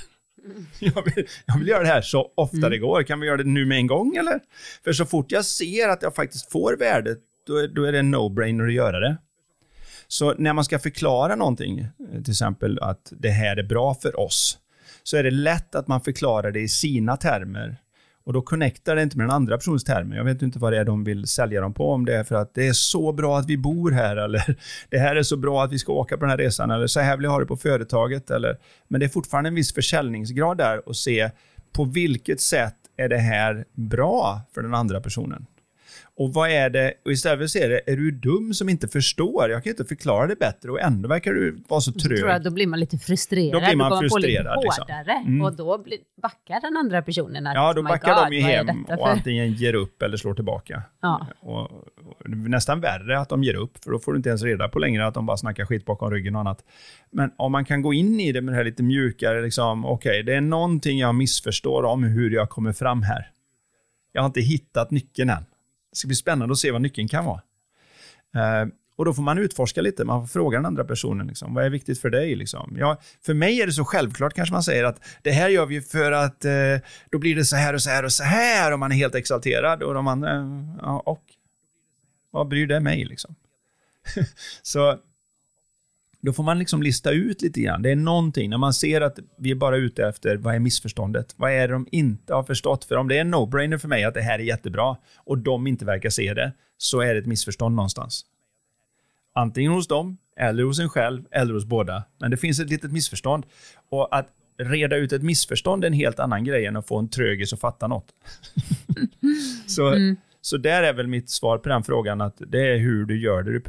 Jag vill göra det här så ofta det går. Kan vi göra det nu med en gång eller? För så fort jag ser att jag faktiskt får värdet, då är det en no-brainer att göra det. Så när man ska förklara någonting, till exempel att det här är bra för oss, så är det lätt att man förklarar det i sina termer. Och då connectar det inte med den andra persons termer. Jag vet inte vad det är de vill sälja dem på. Om det är för att det är så bra att vi bor här. Eller det här är så bra att vi ska åka på den här resan. Eller så här vill jag ha det på företaget. Eller, men det är fortfarande en viss försäljningsgrad där. Och se på vilket sätt är det här bra för den andra personen. Och vad är det? Och istället för att se det, är du dum som inte förstår? Jag kan inte förklara det bättre och ändå verkar du vara så trög. Tror jag, då blir man lite frustrerad. Då blir man frustrerad. På lite hårdare. Och då backar den andra personen. Att, ja, då backar de ju hem och antingen ger upp eller slår tillbaka. Ja. Och nästan värre att de ger upp, för då får du inte ens reda på längre att de bara snackar skit bakom ryggen och annat. Men om man kan gå in i det med det här lite mjukare, liksom, okej, det är någonting jag missförstår om hur jag kommer fram här. Jag har inte hittat nyckeln än. Det ska bli spännande att se vad nyckeln kan vara. Och då får man utforska lite. Man får fråga den andra personen. Liksom, vad är viktigt för dig? Liksom? Ja, för mig är det så självklart kanske man säger att det här gör vi för att då blir det så här och så här och så här. Och man är helt exalterad. Och de andra, ja, och vad bryr det mig liksom? Så då får man liksom lista ut lite grann. Det är någonting när man ser att vi är bara ute efter vad är missförståndet? Vad är det de inte har förstått? För om det är en no-brainer för mig att det här är jättebra och de inte verkar se det, så är det ett missförstånd någonstans. Antingen hos dem, eller hos en själv, eller hos båda. Men det finns ett litet missförstånd. Och att reda ut ett missförstånd är en helt annan grej än att få en trögis att fatta något. Så där är väl mitt svar på den frågan, att det är hur du gör det.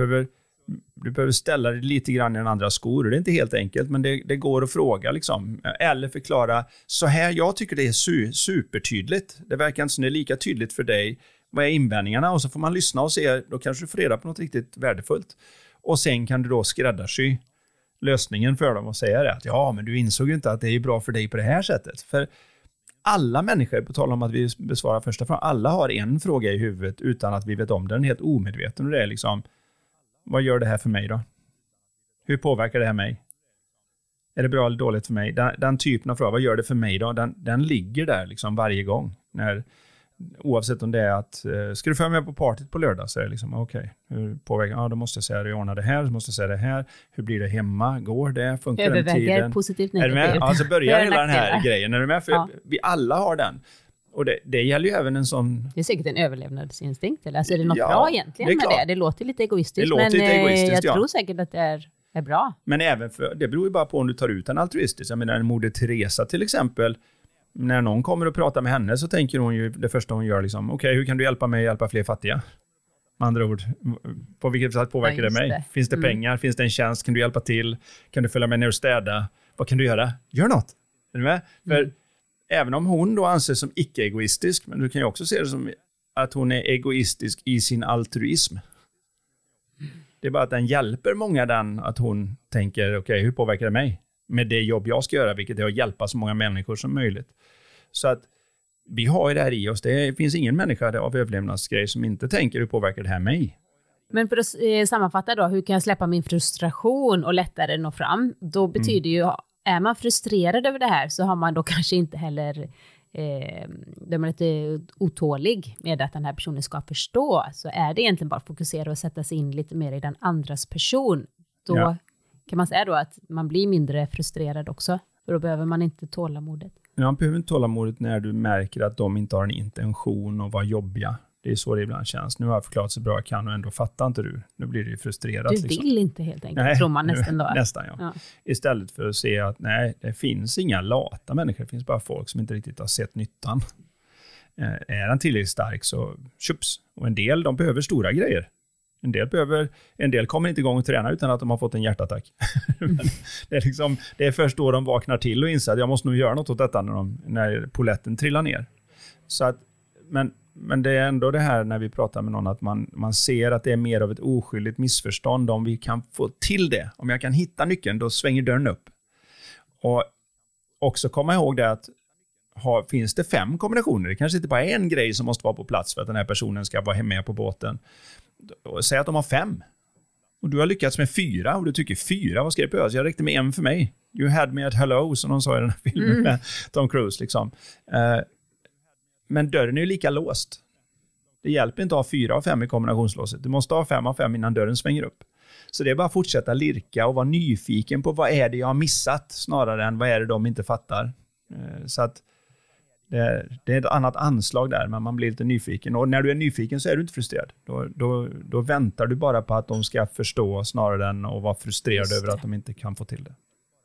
Du behöver ställa dig lite grann i den andra skor. Det är inte helt enkelt, men det går att fråga liksom. Eller förklara så här. Jag tycker det är supertydligt. Det verkar inte som det är lika tydligt för dig. Vad är invändningarna? Och så får man lyssna och se. Då kanske du får reda på något riktigt värdefullt. Och sen kan du då skräddarsy lösningen för dem och säga det. Att ja, men du insåg ju inte att det är bra för dig på det här sättet. För alla människor, på tal om att vi besvarar första frågan, alla har en fråga i huvudet utan att vi vet om den, helt omedveten. Och det är liksom, vad gör det här för mig då? Hur påverkar det här mig? Är det bra eller dåligt för mig? Den typen av fråga, vad gör det för mig då? Den ligger där liksom varje gång. Oavsett om det är att, ska du följa med på partyt på lördag? Så är det liksom, okej. Hur påverkar? Ja, då måste jag säga, jag ordnar det här. Så måste jag säga det här. Hur blir det hemma? Går det? Funkar den tiden? Överväger positivt, negativt. Är du med? Alltså börjar hela den här grejen. Är du med? För vi alla har den. Och det gäller ju även en sån... Det är säkert en överlevnadsinstinkt. Eller? Alltså är det något bra egentligen med det? Det låter lite egoistiskt. Jag tror säkert att det är bra. Men även för, det beror ju bara på om du tar ut en altruistisk. Jag menar, Moder Teresa till exempel. När någon kommer och pratar med henne så tänker hon ju, det första hon gör liksom, okej, hur kan du hjälpa mig att hjälpa fler fattiga? Med andra ord, på vilket sätt påverkar det mig? Finns det pengar? Finns det en tjänst? Kan du hjälpa till? Kan du följa med ner och städa? Vad kan du göra? Gör något! Är du med? För även om hon då anses som icke-egoistisk, men du kan ju också se det som att hon är egoistisk i sin altruism. Det är bara att den hjälper många den att hon tänker, okej, hur påverkar det mig? Med det jobb jag ska göra, vilket är att hjälpa så många människor som möjligt. Så att vi har ju det här i oss. Det finns ingen människa av överlevnadsgrej som inte tänker, hur påverkar det här mig? Men för att sammanfatta då, hur kan jag släppa min frustration och lättare nå fram? Då betyder ju, är man frustrerad över det här så har man då kanske inte heller, då är man lite otålig med att den här personen ska förstå. Så är det egentligen bara att fokusera och sätta sig in lite mer i den andras person. Då kan man säga då att man blir mindre frustrerad också. För då behöver man inte tålamodet. Man behöver inte tålamodet när du märker att de inte har en intention att vara jobbiga. Det är så det ibland känns. Nu har jag förklarat så bra jag kan och ändå fattar inte du. Nu blir det ju frustrerat. Du vill inte helt enkelt, nej, tror man nästan då. Nästan, ja. Istället för att se att nej, det finns inga lata människor. Det finns bara folk som inte riktigt har sett nyttan. Är den tillräckligt stark så tjups. Och en del, de behöver stora grejer. En del kommer inte igång och träna utan att de har fått en hjärtattack. Det är liksom, det är först då de vaknar till och inser att jag måste nog göra något åt detta när poletten trillar ner. Så att, men det är ändå det här när vi pratar med någon att man ser att det är mer av ett oskyldigt missförstånd. Om vi kan få till det, om jag kan hitta nyckeln, då svänger dörren upp. Och också komma ihåg det att finns det 5 kombinationer, det kanske inte bara är en grej som måste vara på plats för att den här personen ska vara med på båten. Säg att de har 5 och du har lyckats med 4 och du tycker 4, vad ska det behövas? Jag räckte med 1 för mig. You had me at hello, som de sa i den här filmen med Tom Cruise liksom. Men dörren är ju lika låst. Det hjälper inte att ha 4 av 5 i kombinationslåset. Du måste ha 5 av 5 innan dörren svänger upp. Så det är bara att fortsätta lirka och vara nyfiken på vad är det jag har missat snarare än vad är det de inte fattar. Så att det är ett annat anslag där, men man blir lite nyfiken. Och när du är nyfiken så är du inte frustrerad. Då väntar du bara på att de ska förstå snarare än att vara frustrerad över att de inte kan få till det.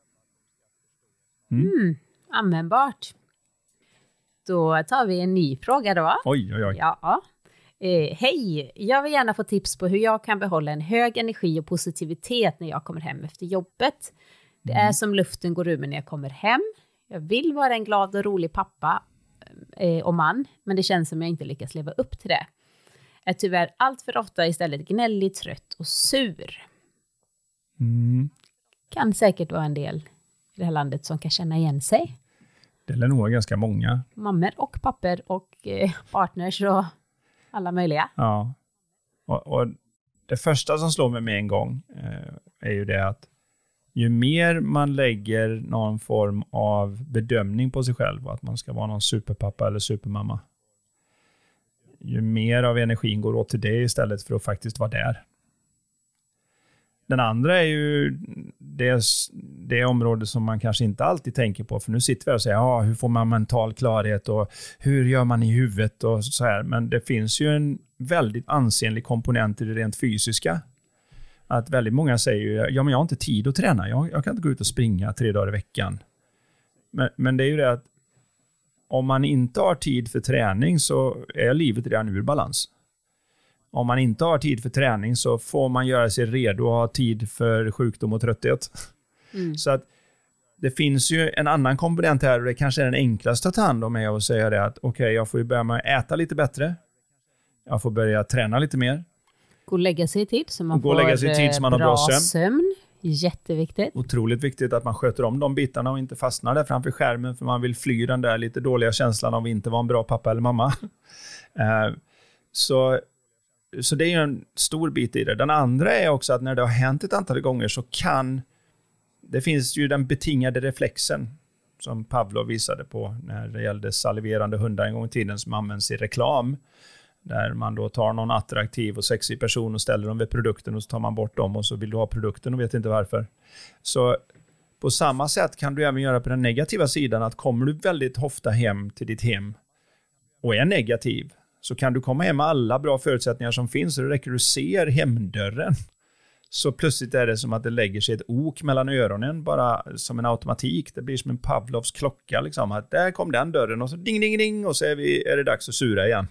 Användbart. Då tar vi en ny fråga då. Oj. Ja. Hej, jag vill gärna få tips på hur jag kan behålla en hög energi och positivitet när jag kommer hem efter jobbet. Det är som luften går ur mig när jag kommer hem. Jag vill vara en glad och rolig pappa och man, men det känns som jag inte lyckas leva upp till det. Jag är tyvärr allt för ofta istället gnällig, trött och sur. Kan säkert vara en del i det här landet som kan känna igen sig. Det är nog ganska många. Mammor och papper och partners och alla möjliga. Ja, och det första som slår mig med en gång är ju det att ju mer man lägger någon form av bedömning på sig själv, att man ska vara någon superpappa eller supermamma, ju mer av energin går åt till det istället för att faktiskt vara där. Den andra är ju det område som man kanske inte alltid tänker på, för nu sitter vi och säger hur får man mental klarhet och hur gör man i huvudet och så här, men det finns ju en väldigt ansenlig komponent i det rent fysiska. Att väldigt många säger ju, men jag har inte tid att träna. Jag kan inte gå ut och springa 3 dagar i veckan. Men det är ju det att om man inte har tid för träning så är livet redan ur balans. Om man inte har tid för träning så får man göra sig redo att ha tid för sjukdom och trötthet. Så att det finns ju en annan komponent här och det kanske är den enklaste att ta hand om är att säga det att okej, jag får ju börja med att äta lite bättre. Jag får börja träna lite mer. Gå och lägga sig i tid så man får bra sömn. Jätteviktigt. Otroligt viktigt att man sköter om de bitarna och inte fastnar där framför skärmen för man vill fly den där lite dåliga känslan av att inte vara en bra pappa eller mamma. Så det är ju en stor bit i det. Den andra är också att när det har hänt ett antal gånger så det finns ju den betingade reflexen som Pavlov visade på när det gällde saliverande hundar en gång i tiden som används i reklam. Där man då tar någon attraktiv och sexig person och ställer dem vid produkten och så tar man bort dem och så vill du ha produkten och vet inte varför. Så på samma sätt kan du även göra på den negativa sidan att kommer du väldigt ofta hem till ditt hem och är negativ så kan du komma hem med alla bra förutsättningar som finns och det räcker du ser hemdörren. Så plötsligt är det som att det lägger sig ett ok mellan öronen bara som en automatik. Det blir som en Pavlovs klocka liksom. Att där kom den dörren och så ding ding ding och så är det dags att sura igen.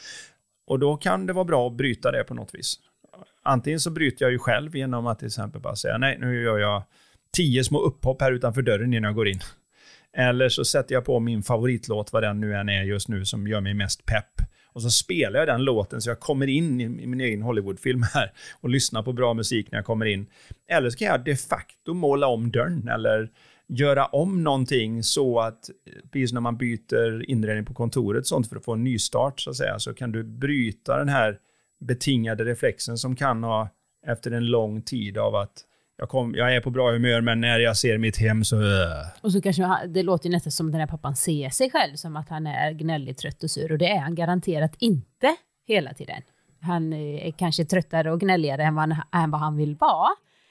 Och då kan det vara bra att bryta det på något vis. Antingen så bryter jag ju själv genom att till exempel bara säga nej, nu gör jag 10 små upphopp här utanför dörren innan jag går in. Eller så sätter jag på min favoritlåt, vad den nu än är just nu som gör mig mest pepp. Och så spelar jag den låten så jag kommer in i min egen Hollywoodfilm här och lyssnar på bra musik när jag kommer in. Eller så kan jag de facto måla om dörren eller göra om någonting så att precis när man byter inredning på kontoret sånt för att få en nystart så att säga, så kan du bryta den här betingade reflexen som kan ha efter en lång tid av att jag är på bra humör men när jag ser mitt hem så... Och så kanske det låter ju nästan som den här pappan ser sig själv som att han är gnällig, trött och sur och det är han garanterat inte hela tiden. Han är kanske tröttare och gnälligare än vad han vill vara.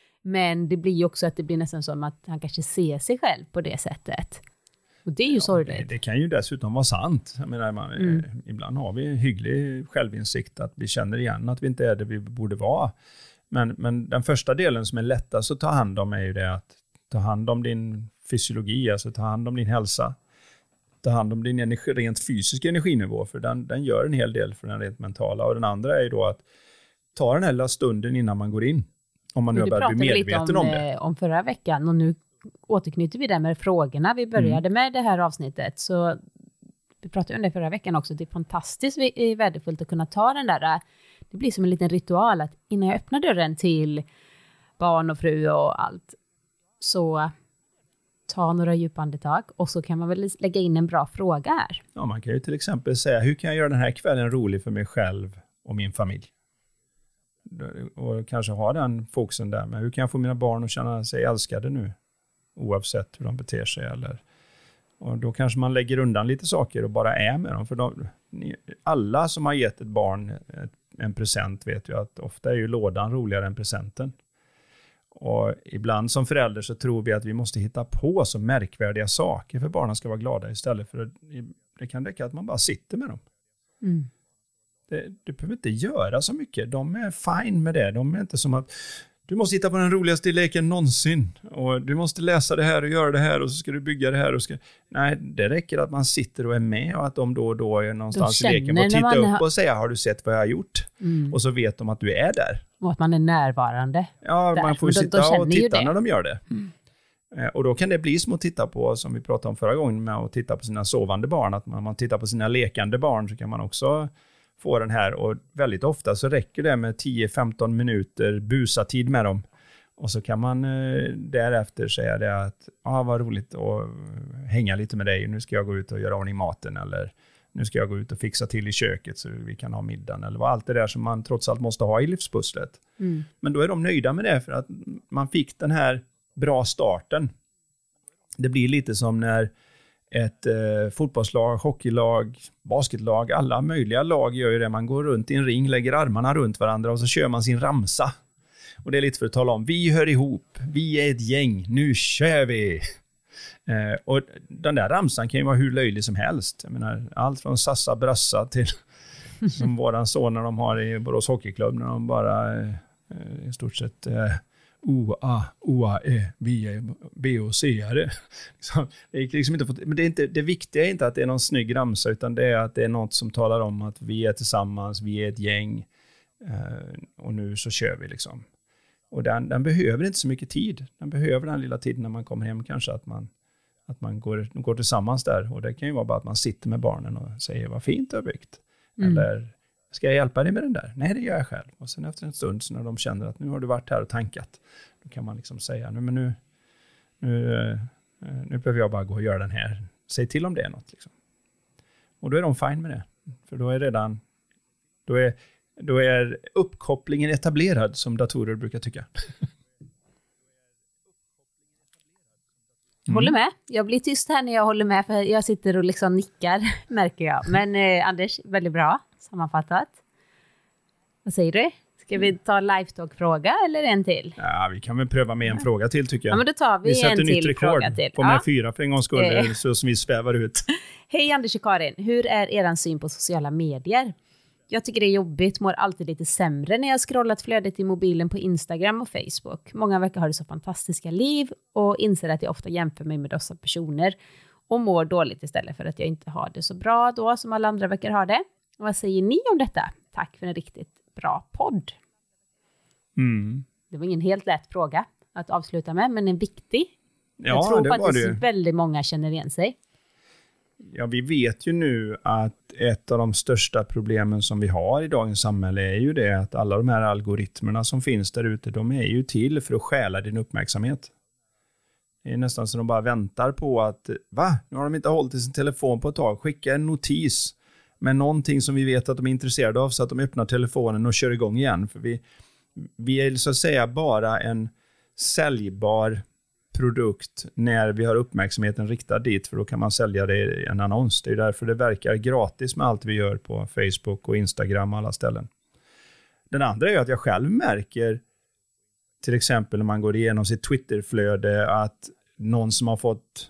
Men det blir ju också att det blir nästan som att han kanske ser sig själv på det sättet. Och det är ju sorgligt. Det kan ju dessutom vara sant. Jag menar, ibland har vi en hygglig självinsikt att vi känner igen att vi inte är det vi borde vara. Men den första delen som är lättast att ta hand om är ju det att ta hand om din fysiologi, alltså ta hand om din hälsa. Ta hand om din rent fysiska energinivå, för den gör en hel del för den rent mentala. Och den andra är ju då att ta den här lilla stunden innan man går in. Om man nu börjar bli medveten om det. Om förra veckan och nu återknyter vi där med frågorna. Vi började med det här avsnittet så vi pratade om det förra veckan också. Det är fantastiskt värdefullt att kunna ta den där. Det blir som en liten ritual att innan jag öppnar dörren till barn och fru och allt så ta några djupa andetag och så kan man väl lägga in en bra fråga här. Ja, man kan ju till exempel säga hur kan jag göra den här kvällen rolig för mig själv och min familj? Och kanske ha den fokusen där. Men hur kan jag få mina barn att känna sig älskade nu? Oavsett hur de beter sig. Och då kanske man lägger undan lite saker och bara är med dem. För alla som har gett ett barn en present vet ju att ofta är ju lådan roligare än presenten. Och ibland som förälder så tror vi att vi måste hitta på så märkvärdiga saker för barnen ska vara glada istället för att det kan räcka att man bara sitter med dem. Mm. Du behöver inte göra så mycket. De är fine med det. De är inte som att du måste hitta på den roligaste leken någonsin. Och du måste läsa det här och göra det här och så ska du bygga det här. Nej, det räcker att man sitter och är med och att de då och då är någonstans i leken och titta upp och säga har du sett vad jag har gjort? Och så vet de att du är där. Och att man är närvarande. Ja, där. Man får sitta och titta när de gör det. Och då kan det bli som att titta på, som vi pratade om förra gången med att titta på sina sovande barn. Att man tittar på sina lekande barn så kan man också få den här, och väldigt ofta så räcker det med 10-15 minuter busatid med dem. Och så kan man därefter säga det att vad roligt att hänga lite med dig. Nu ska jag gå ut och göra ordning maten eller nu ska jag gå ut och fixa till i köket så vi kan ha middagen eller vad allt det där som man trots allt måste ha i livspusslet. Men då är de nöjda med det för att man fick den här bra starten. Det blir lite som när ett fotbollslag, hockeylag, basketlag, alla möjliga lag gör ju det. Man går runt i en ring, lägger armarna runt varandra och så kör man sin ramsa. Och det är lite för att tala om, vi hör ihop, vi är ett gäng, nu kör vi. Och den där ramsan kan ju vara hur löjlig som helst. Jag menar, allt från Sassa Brassa till som våran son när de har i Borås Hockeyklubb när de bara i stort sett B och C-are. Men det viktiga är inte att det är någon snygg ramsa, utan det är att det är något som talar om att vi är tillsammans, vi är ett gäng och nu så kör vi liksom. Och den behöver inte så mycket tid. Den behöver den lilla tiden när man kommer hem kanske, att man går tillsammans där. Och det kan ju vara bara att man sitter med barnen och säger vad fint du har byggt. Eller ska jag hjälpa dig med den där? Nej, det gör jag själv. Och sen efter en stund så när de känner att nu har du varit här och tankat, då kan man liksom säga nu behöver jag bara gå och göra den här. Säg till om det är något. Liksom. Och då är de fine med det. För då är uppkopplingen etablerad, som datorer brukar tycka. Håller med. Jag blir tyst här när jag håller med, för jag sitter och liksom nickar, märker jag. Men Anders, väldigt bra sammanfattat. Vad säger du? Ska vi ta live-talk-fråga eller en till? Ja, vi kan väl pröva med en fråga till tycker jag. Ja, men då tar vi en till fråga till. På med 4 för en gång skulle så som vi svävar ut. Hej Anders och Karin, hur är er syn på sociala medier? Jag tycker det är jobbigt, mår alltid lite sämre när jag scrollat flödet i mobilen på Instagram och Facebook. Många verkar ha det så fantastiska liv och inser att jag ofta jämför mig med dessa personer och mår dåligt istället för att jag inte har det så bra då som alla andra verkar ha det. Och vad säger ni om detta? Tack för en riktigt bra podd. Det var ingen helt lätt fråga att avsluta med, men en viktig. Ja, jag tror det faktiskt var det. Väldigt många känner igen sig. Ja, vi vet ju nu att ett av de största problemen som vi har i dagens samhälle är ju det att alla de här algoritmerna som finns där ute, de är ju till för att stjäla din uppmärksamhet. Det är nästan så de bara väntar på att, nu har de inte hållit i sin telefon på ett tag, skicka en notis med någonting som vi vet att de är intresserade av så att de öppnar telefonen och kör igång igen. För vi är så att säga bara en säljbar produkt när vi har uppmärksamheten riktad dit, för då kan man sälja det i en annons. Det är därför det verkar gratis med allt vi gör på Facebook och Instagram och alla ställen. Den andra är att jag själv märker, till exempel när man går igenom sitt Twitterflöde, att någon som har fått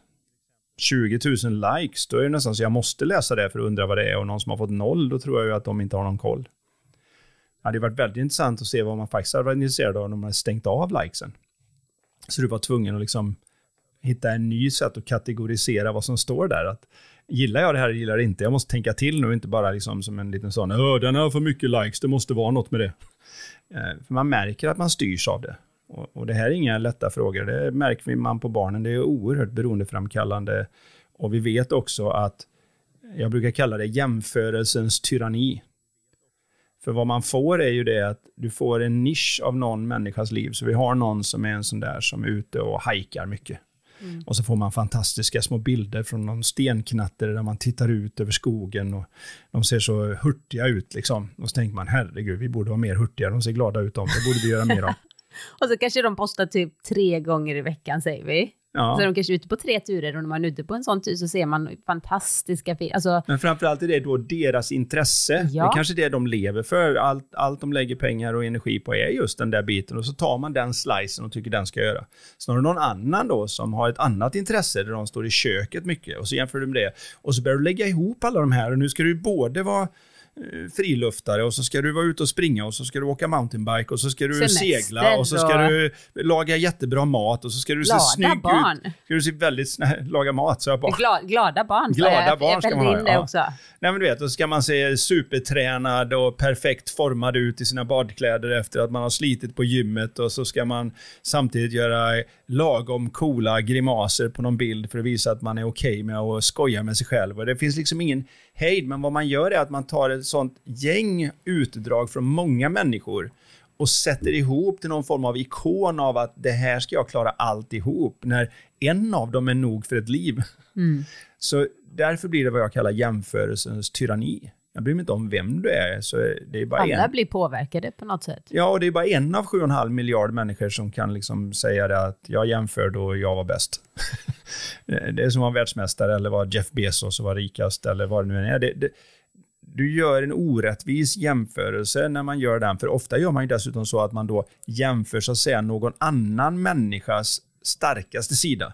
20 000 likes, då är det nästan så jag måste läsa det för att undra vad det är, och någon som har fått 0, då tror jag ju att de inte har någon koll. Det hade varit väldigt intressant att se vad man faktiskt har varit intresserad av när man har stängt av likesen. Så du var tvungen att liksom hitta en ny sätt att kategorisera vad som står där. Att, gillar jag det här eller gillar det inte? Jag måste tänka till nu, inte bara liksom som en liten sån, den har för mycket likes, det måste vara något med det. För man märker att man styrs av det. Och det här är inga lätta frågor, det märker man på barnen. Det är oerhört beroendeframkallande. Och vi vet också att, jag brukar kalla det jämförelsens tyranni. För vad man får är ju det att du får en nisch av någon människas liv. Så vi har någon som är en sån där som är ute och hajkar mycket. Och så får man fantastiska små bilder från någon stenknatter där man tittar ut över skogen och de ser så hurtiga ut liksom. Och så tänker man, herregud, vi borde vara mer hurtiga. De ser glada ut om, det borde vi göra mer av. Och så kanske de postar typ 3 gånger i veckan, säger vi. Ja. Så de kanske är ute på 3 turer, och när man är ute på en sån tur så ser man fantastiska alltså... Men framförallt är det då deras intresse. Ja. Det är kanske det de lever för. Allt de lägger pengar och energi på är just den där biten. Och så tar man den slicen och tycker den ska göra. Så har du någon annan då som har ett annat intresse där de står i köket mycket. Och så jämför du med det. Och så börjar du lägga ihop alla de här. Och nu ska du både vara friluftare, och så ska du vara ute och springa, och så ska du åka mountainbike, och så ska du segla, och så ska du laga jättebra mat, och så ska du se snygg barn. ut. Ska du se väldigt laga mat, så jag bara. Glada barn. Glada barn ska man ha. Det också. Nej, men du vet, då ska man se supertränad och perfekt formad ut i sina badkläder efter att man har slitit på gymmet, och så ska man samtidigt göra lagom coola grimaser på någon bild för att visa att man är okej med att skoja med sig själv. Och det finns liksom ingen hejd, men vad man gör är att man tar ett sånt gäng utdrag från många människor och sätter ihop till någon form av ikon av att det här ska jag klara allt ihop, när en av dem är nog för ett liv. Så därför blir det vad jag kallar jämförelsens tyranni. Jag bryr mig inte om vem du är. Så det är bara alla blir påverkade på något sätt. Ja, och det är bara 1 av 7,5 miljard människor som kan liksom säga det, att jag jämför då jag var bäst. Det är som att vara världsmästare eller var Jeff Bezos och var rikast eller vad det nu är. Du gör en orättvis jämförelse när man gör den. För ofta gör man ju dessutom så att man då jämför så att säga någon annan människas starkaste sida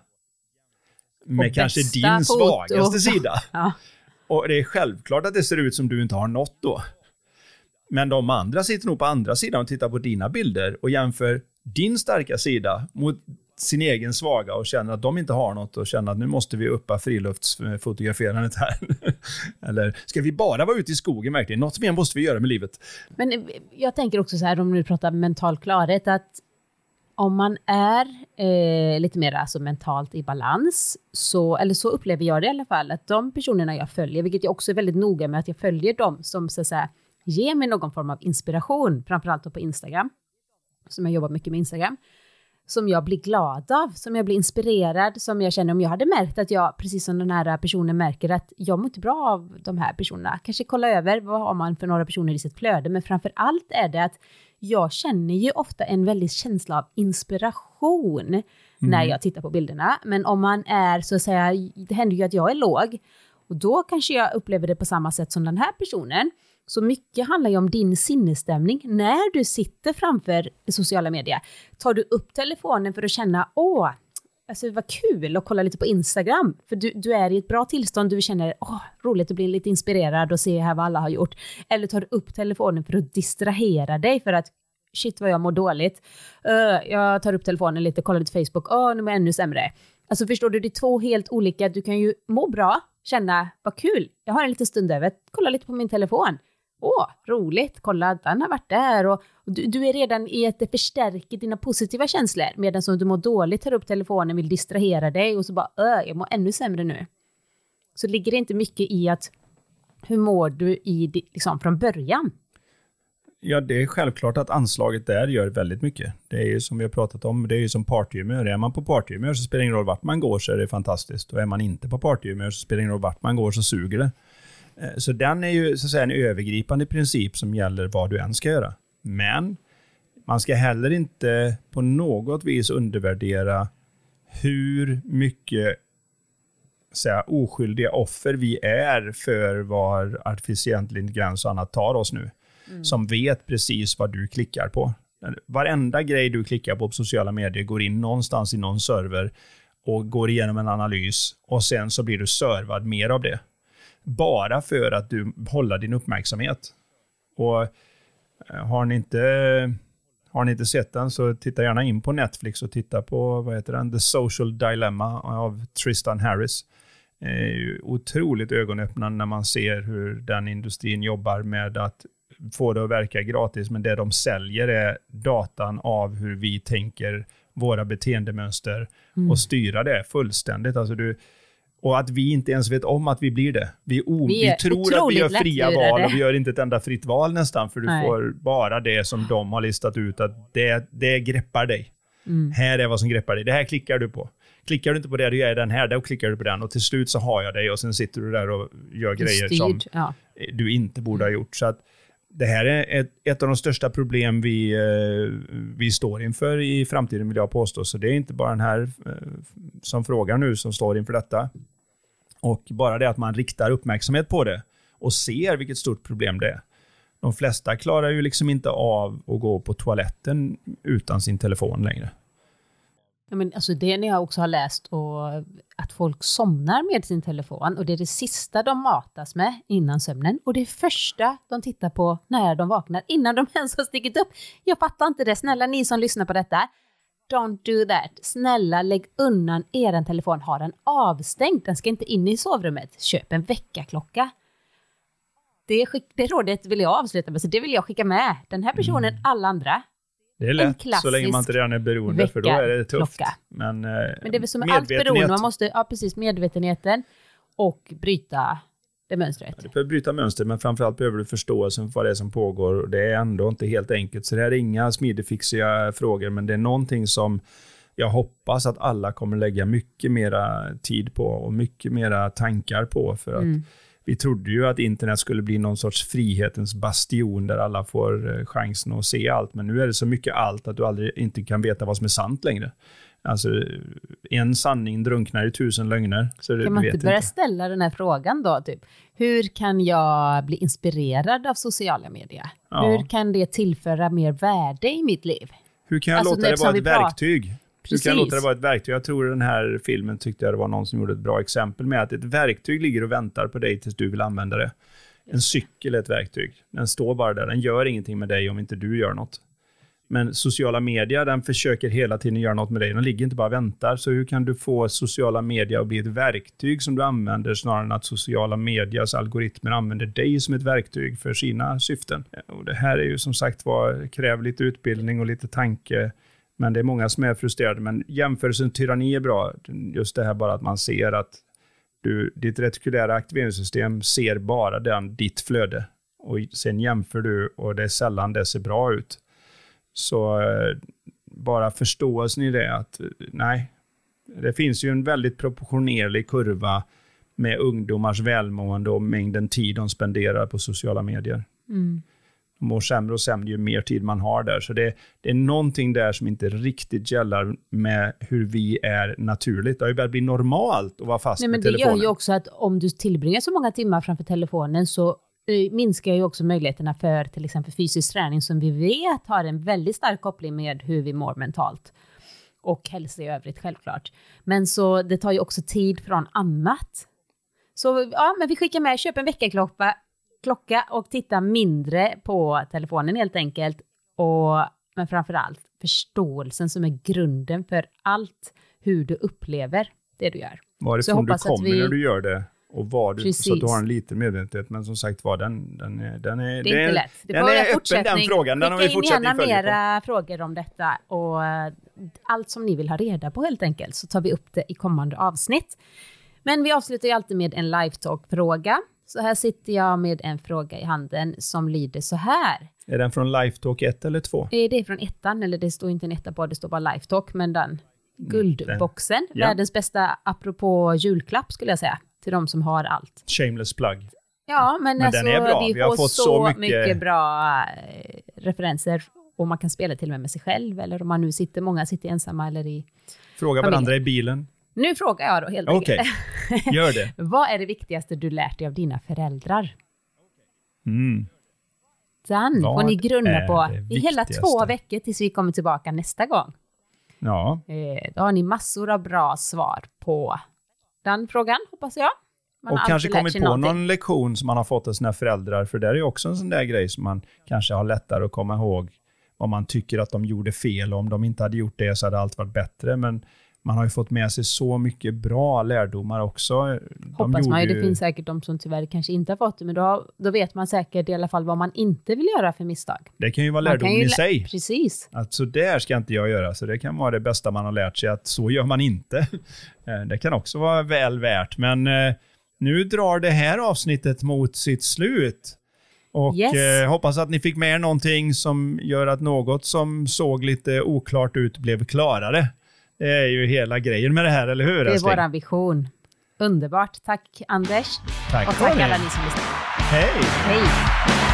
med kanske din svagaste sida. Ja. Och det är självklart att det ser ut som du inte har något då. Men de andra sitter nog på andra sidan och tittar på dina bilder och jämför din starka sida mot sin egen svaga och känner att de inte har något och känner att nu måste vi uppa friluftsfotograferandet här. Eller ska vi bara vara ute i skogen verkligen? Något mer måste vi göra med livet. Men jag tänker också så här, om du pratar mental klarhet, att om man är lite mer alltså mentalt i balans, eller så upplever jag det i alla fall, att de personerna jag följer, vilket jag också är väldigt noga med att jag följer dem som så att säga ger mig någon form av inspiration, framförallt på Instagram, som jag jobbar mycket med Instagram, som jag blir glad av, som jag blir inspirerad, som jag känner om jag hade märkt att jag, precis som den här personen märker att jag mår inte bra av de här personerna. Kanske kolla över vad har man för några personer i sitt flöde, men framför allt är det att jag känner ju ofta en väldigt känsla av inspiration när jag tittar på bilderna. Men om man är så att säga, det händer ju att jag är låg och då kanske jag upplever det på samma sätt som den här personen. Så mycket handlar ju om din sinnesstämning när du sitter framför sociala medier. Tar du upp telefonen för att känna, alltså vad kul att kolla lite på Instagram. För du är i ett bra tillstånd, du känner, roligt att bli lite inspirerad och se här vad alla har gjort. Eller tar du upp telefonen för att distrahera dig för att, shit vad jag mår dåligt. Jag tar upp telefonen lite, kollar lite Facebook, nu är jag ännu sämre. Alltså förstår du, det är två helt olika, du kan ju må bra, känna, vad kul, jag har en liten stund över, kolla lite på min telefon. Roligt, kolla, den har varit där. Och du är redan i att det förstärker dina positiva känslor. Medan som du mår dåligt, tar upp telefonen, vill distrahera dig och så bara, jag mår ännu sämre nu. Så ligger det inte mycket i att, hur mår du liksom från början? Ja, det är självklart att anslaget där gör väldigt mycket. Det är ju som vi har pratat om, det är ju som partyhumör. Är man på partyhumör så spelar det ingen roll vart man går, så är det fantastiskt. Och är man inte på partyhumör så spelar det ingen roll vart man går, så suger det. Så den är ju så att säga en övergripande princip som gäller vad du än ska göra. Men man ska heller inte på något vis undervärdera hur mycket oskyldiga offer vi är för vad artificiell intelligens och annat tar oss nu. Som vet precis vad du klickar på. Varenda grej du klickar på sociala medier går in någonstans i någon server och går igenom en analys och sen så blir du servad mer av det. Bara för att du håller din uppmärksamhet. Och har ni inte sett den så titta gärna in på Netflix och titta på The Social Dilemma av Tristan Harris. Otroligt ögonöppnande när man ser hur den industrin jobbar med att få det att verka gratis, men det de säljer är datan av hur vi tänker, våra beteendemönster och styra det fullständigt. Alltså och att vi inte ens vet om att vi blir det. Vi tror att vi gör fria val och vi gör inte ett enda fritt val nästan, för du får bara det som de har listat ut att det greppar dig. Här är vad som greppar dig. Det här klickar du på. Klickar du inte på det, du gör den här, då klickar du på den och till slut så har jag dig och sen sitter du där och gör grejer som du inte borde ha gjort. Så att det här är ett av de största problem vi står inför i framtiden, vill jag påstå. Så det är inte bara den här som frågar nu som står inför detta. Och bara det att man riktar uppmärksamhet på det och ser vilket stort problem det är. De flesta klarar ju liksom inte av att gå på toaletten utan sin telefon längre. Ja, men alltså det ni också har läst och att folk somnar med sin telefon och det är det sista de matas med innan sömnen och det är första de tittar på när de vaknar innan de ens har stigit upp. Jag fattar inte det. Snälla ni som lyssnar på detta, don't do that. Snälla lägg undan er telefon, ha den avstängd. Den ska inte in i sovrummet. Köp en väckarklocka. Det rådet vill jag avsluta med, så det vill jag skicka med den här personen, alla andra. Det är lätt, så länge man inte redan är beroende, för då är det tufft. Men det är väl som allt beroende, man måste, medvetenheten och bryta det mönstret. Ja, du behöver bryta mönstret, men framförallt behöver du förståelsen för vad det är som pågår. Det är ändå inte helt enkelt, så det här är inga smidifixiga frågor, men det är någonting som jag hoppas att alla kommer lägga mycket mera tid på och mycket mera tankar på, för att vi trodde ju att internet skulle bli någon sorts frihetens bastion där alla får chansen att se allt. Men nu är det så mycket allt att du aldrig inte kan veta vad som är sant längre. Alltså en sanning drunknar i 1000 lögner. Så kan man inte börja ställa den här frågan då? Typ, hur kan jag bli inspirerad av sociala medier? Ja. Hur kan det tillföra mer värde i mitt liv? Hur kan jag låta det vara ett verktyg? Precis. Du kan låta det vara ett verktyg. Jag tror den här filmen tyckte jag det var någon som gjorde ett bra exempel med att ett verktyg ligger och väntar på dig tills du vill använda det. En cykel är ett verktyg. Den står bara där. Den gör ingenting med dig om inte du gör något. Men sociala medier, den försöker hela tiden göra något med dig. Den ligger inte bara och väntar. Så hur kan du få sociala medier att bli ett verktyg som du använder snarare än att sociala medias algoritmer använder dig som ett verktyg för sina syften? Och det här är ju som sagt kräver lite utbildning och lite tanke. Men det är många som är frustrerade. Men jämförelsen tyranni är bra. Just det här bara att man ser att ditt retikulära aktiveringssystem ser bara ditt flöde. Och sen jämför du och det är sällan det ser bra ut. Så bara förståelsen i det att nej, det finns ju en väldigt proportionerlig kurva med ungdomars välmående och mängden tid de spenderar på sociala medier. De mår sämre och sämre ju mer tid man har där. Så det är någonting där som inte riktigt gäller med hur vi är naturligt. Det har ju börjat bli normalt att vara fast med telefonen. Det gör ju också att om du tillbringar så många timmar framför telefonen så minskar ju också möjligheterna för till exempel fysisk träning som vi vet har en väldigt stark koppling med hur vi mår mentalt. Och hälsa i övrigt självklart. Men så det tar ju också tid från annat. Så ja, men vi skickar med, köp en väckarklocka och titta mindre på telefonen helt enkelt. Men framförallt förståelsen som är grunden för allt hur du upplever det du gör. Varifrån du kommer när du gör det. Och så att du har en liten medvetenhet. Men som sagt var, den är det är inte lätt. Det den är öppen, den frågan. Den har vi fortsatt gärna mera frågor om detta. Och allt som ni vill ha reda på helt enkelt. Så tar vi upp det i kommande avsnitt. Men vi avslutar ju alltid med en live-talk-fråga. Så här sitter jag med en fråga i handen som lyder så här. Är den från live-talk 1 eller 2? Det är från 1, eller det står inte en 1 på, det står bara live-talk. Men den guldboxen. Världens bästa apropå julklapp skulle jag säga. Till de som har allt. Shameless plug. Ja, men alltså, den är bra. Vi har fått så mycket bra referenser. Och man kan spela till och med sig själv. Eller om man nu många sitter ensamma eller i Fråga varandra i bilen. Nu frågar jag då helt enkelt. Okej, gör det. Vad är det viktigaste du lärt dig av dina föräldrar? Den får ni grunna på i hela 2 veckor tills vi kommer tillbaka nästa gång. Ja. Då har ni massor av bra svar på den frågan, hoppas jag. Och kanske kommit på någon lektion som man har fått av sina föräldrar. För det är ju också en sån där grej som man kanske har lättare att komma ihåg. Vad man tycker att de gjorde fel. Och om de inte hade gjort det så hade allt varit bättre. Men man har ju fått med sig så mycket bra lärdomar också. Hoppas man ju. Det finns säkert de som tyvärr kanske inte har fått det. Men då vet man säkert i alla fall vad man inte vill göra för misstag. Det kan ju vara lärdom i sig. Precis. Att så där ska inte jag göra. Så det kan vara det bästa man har lärt sig. Att så gör man inte. Det kan också vara väl värt. Men nu drar det här avsnittet mot sitt slut. Och hoppas att ni fick med er någonting som gör att något som såg lite oklart ut blev klarare. Det är ju hela grejen med det här, eller hur? Det är vår vision. Underbart. Tack Anders. Tack. Och tack alla ni som lyssnar. Hej. Hej.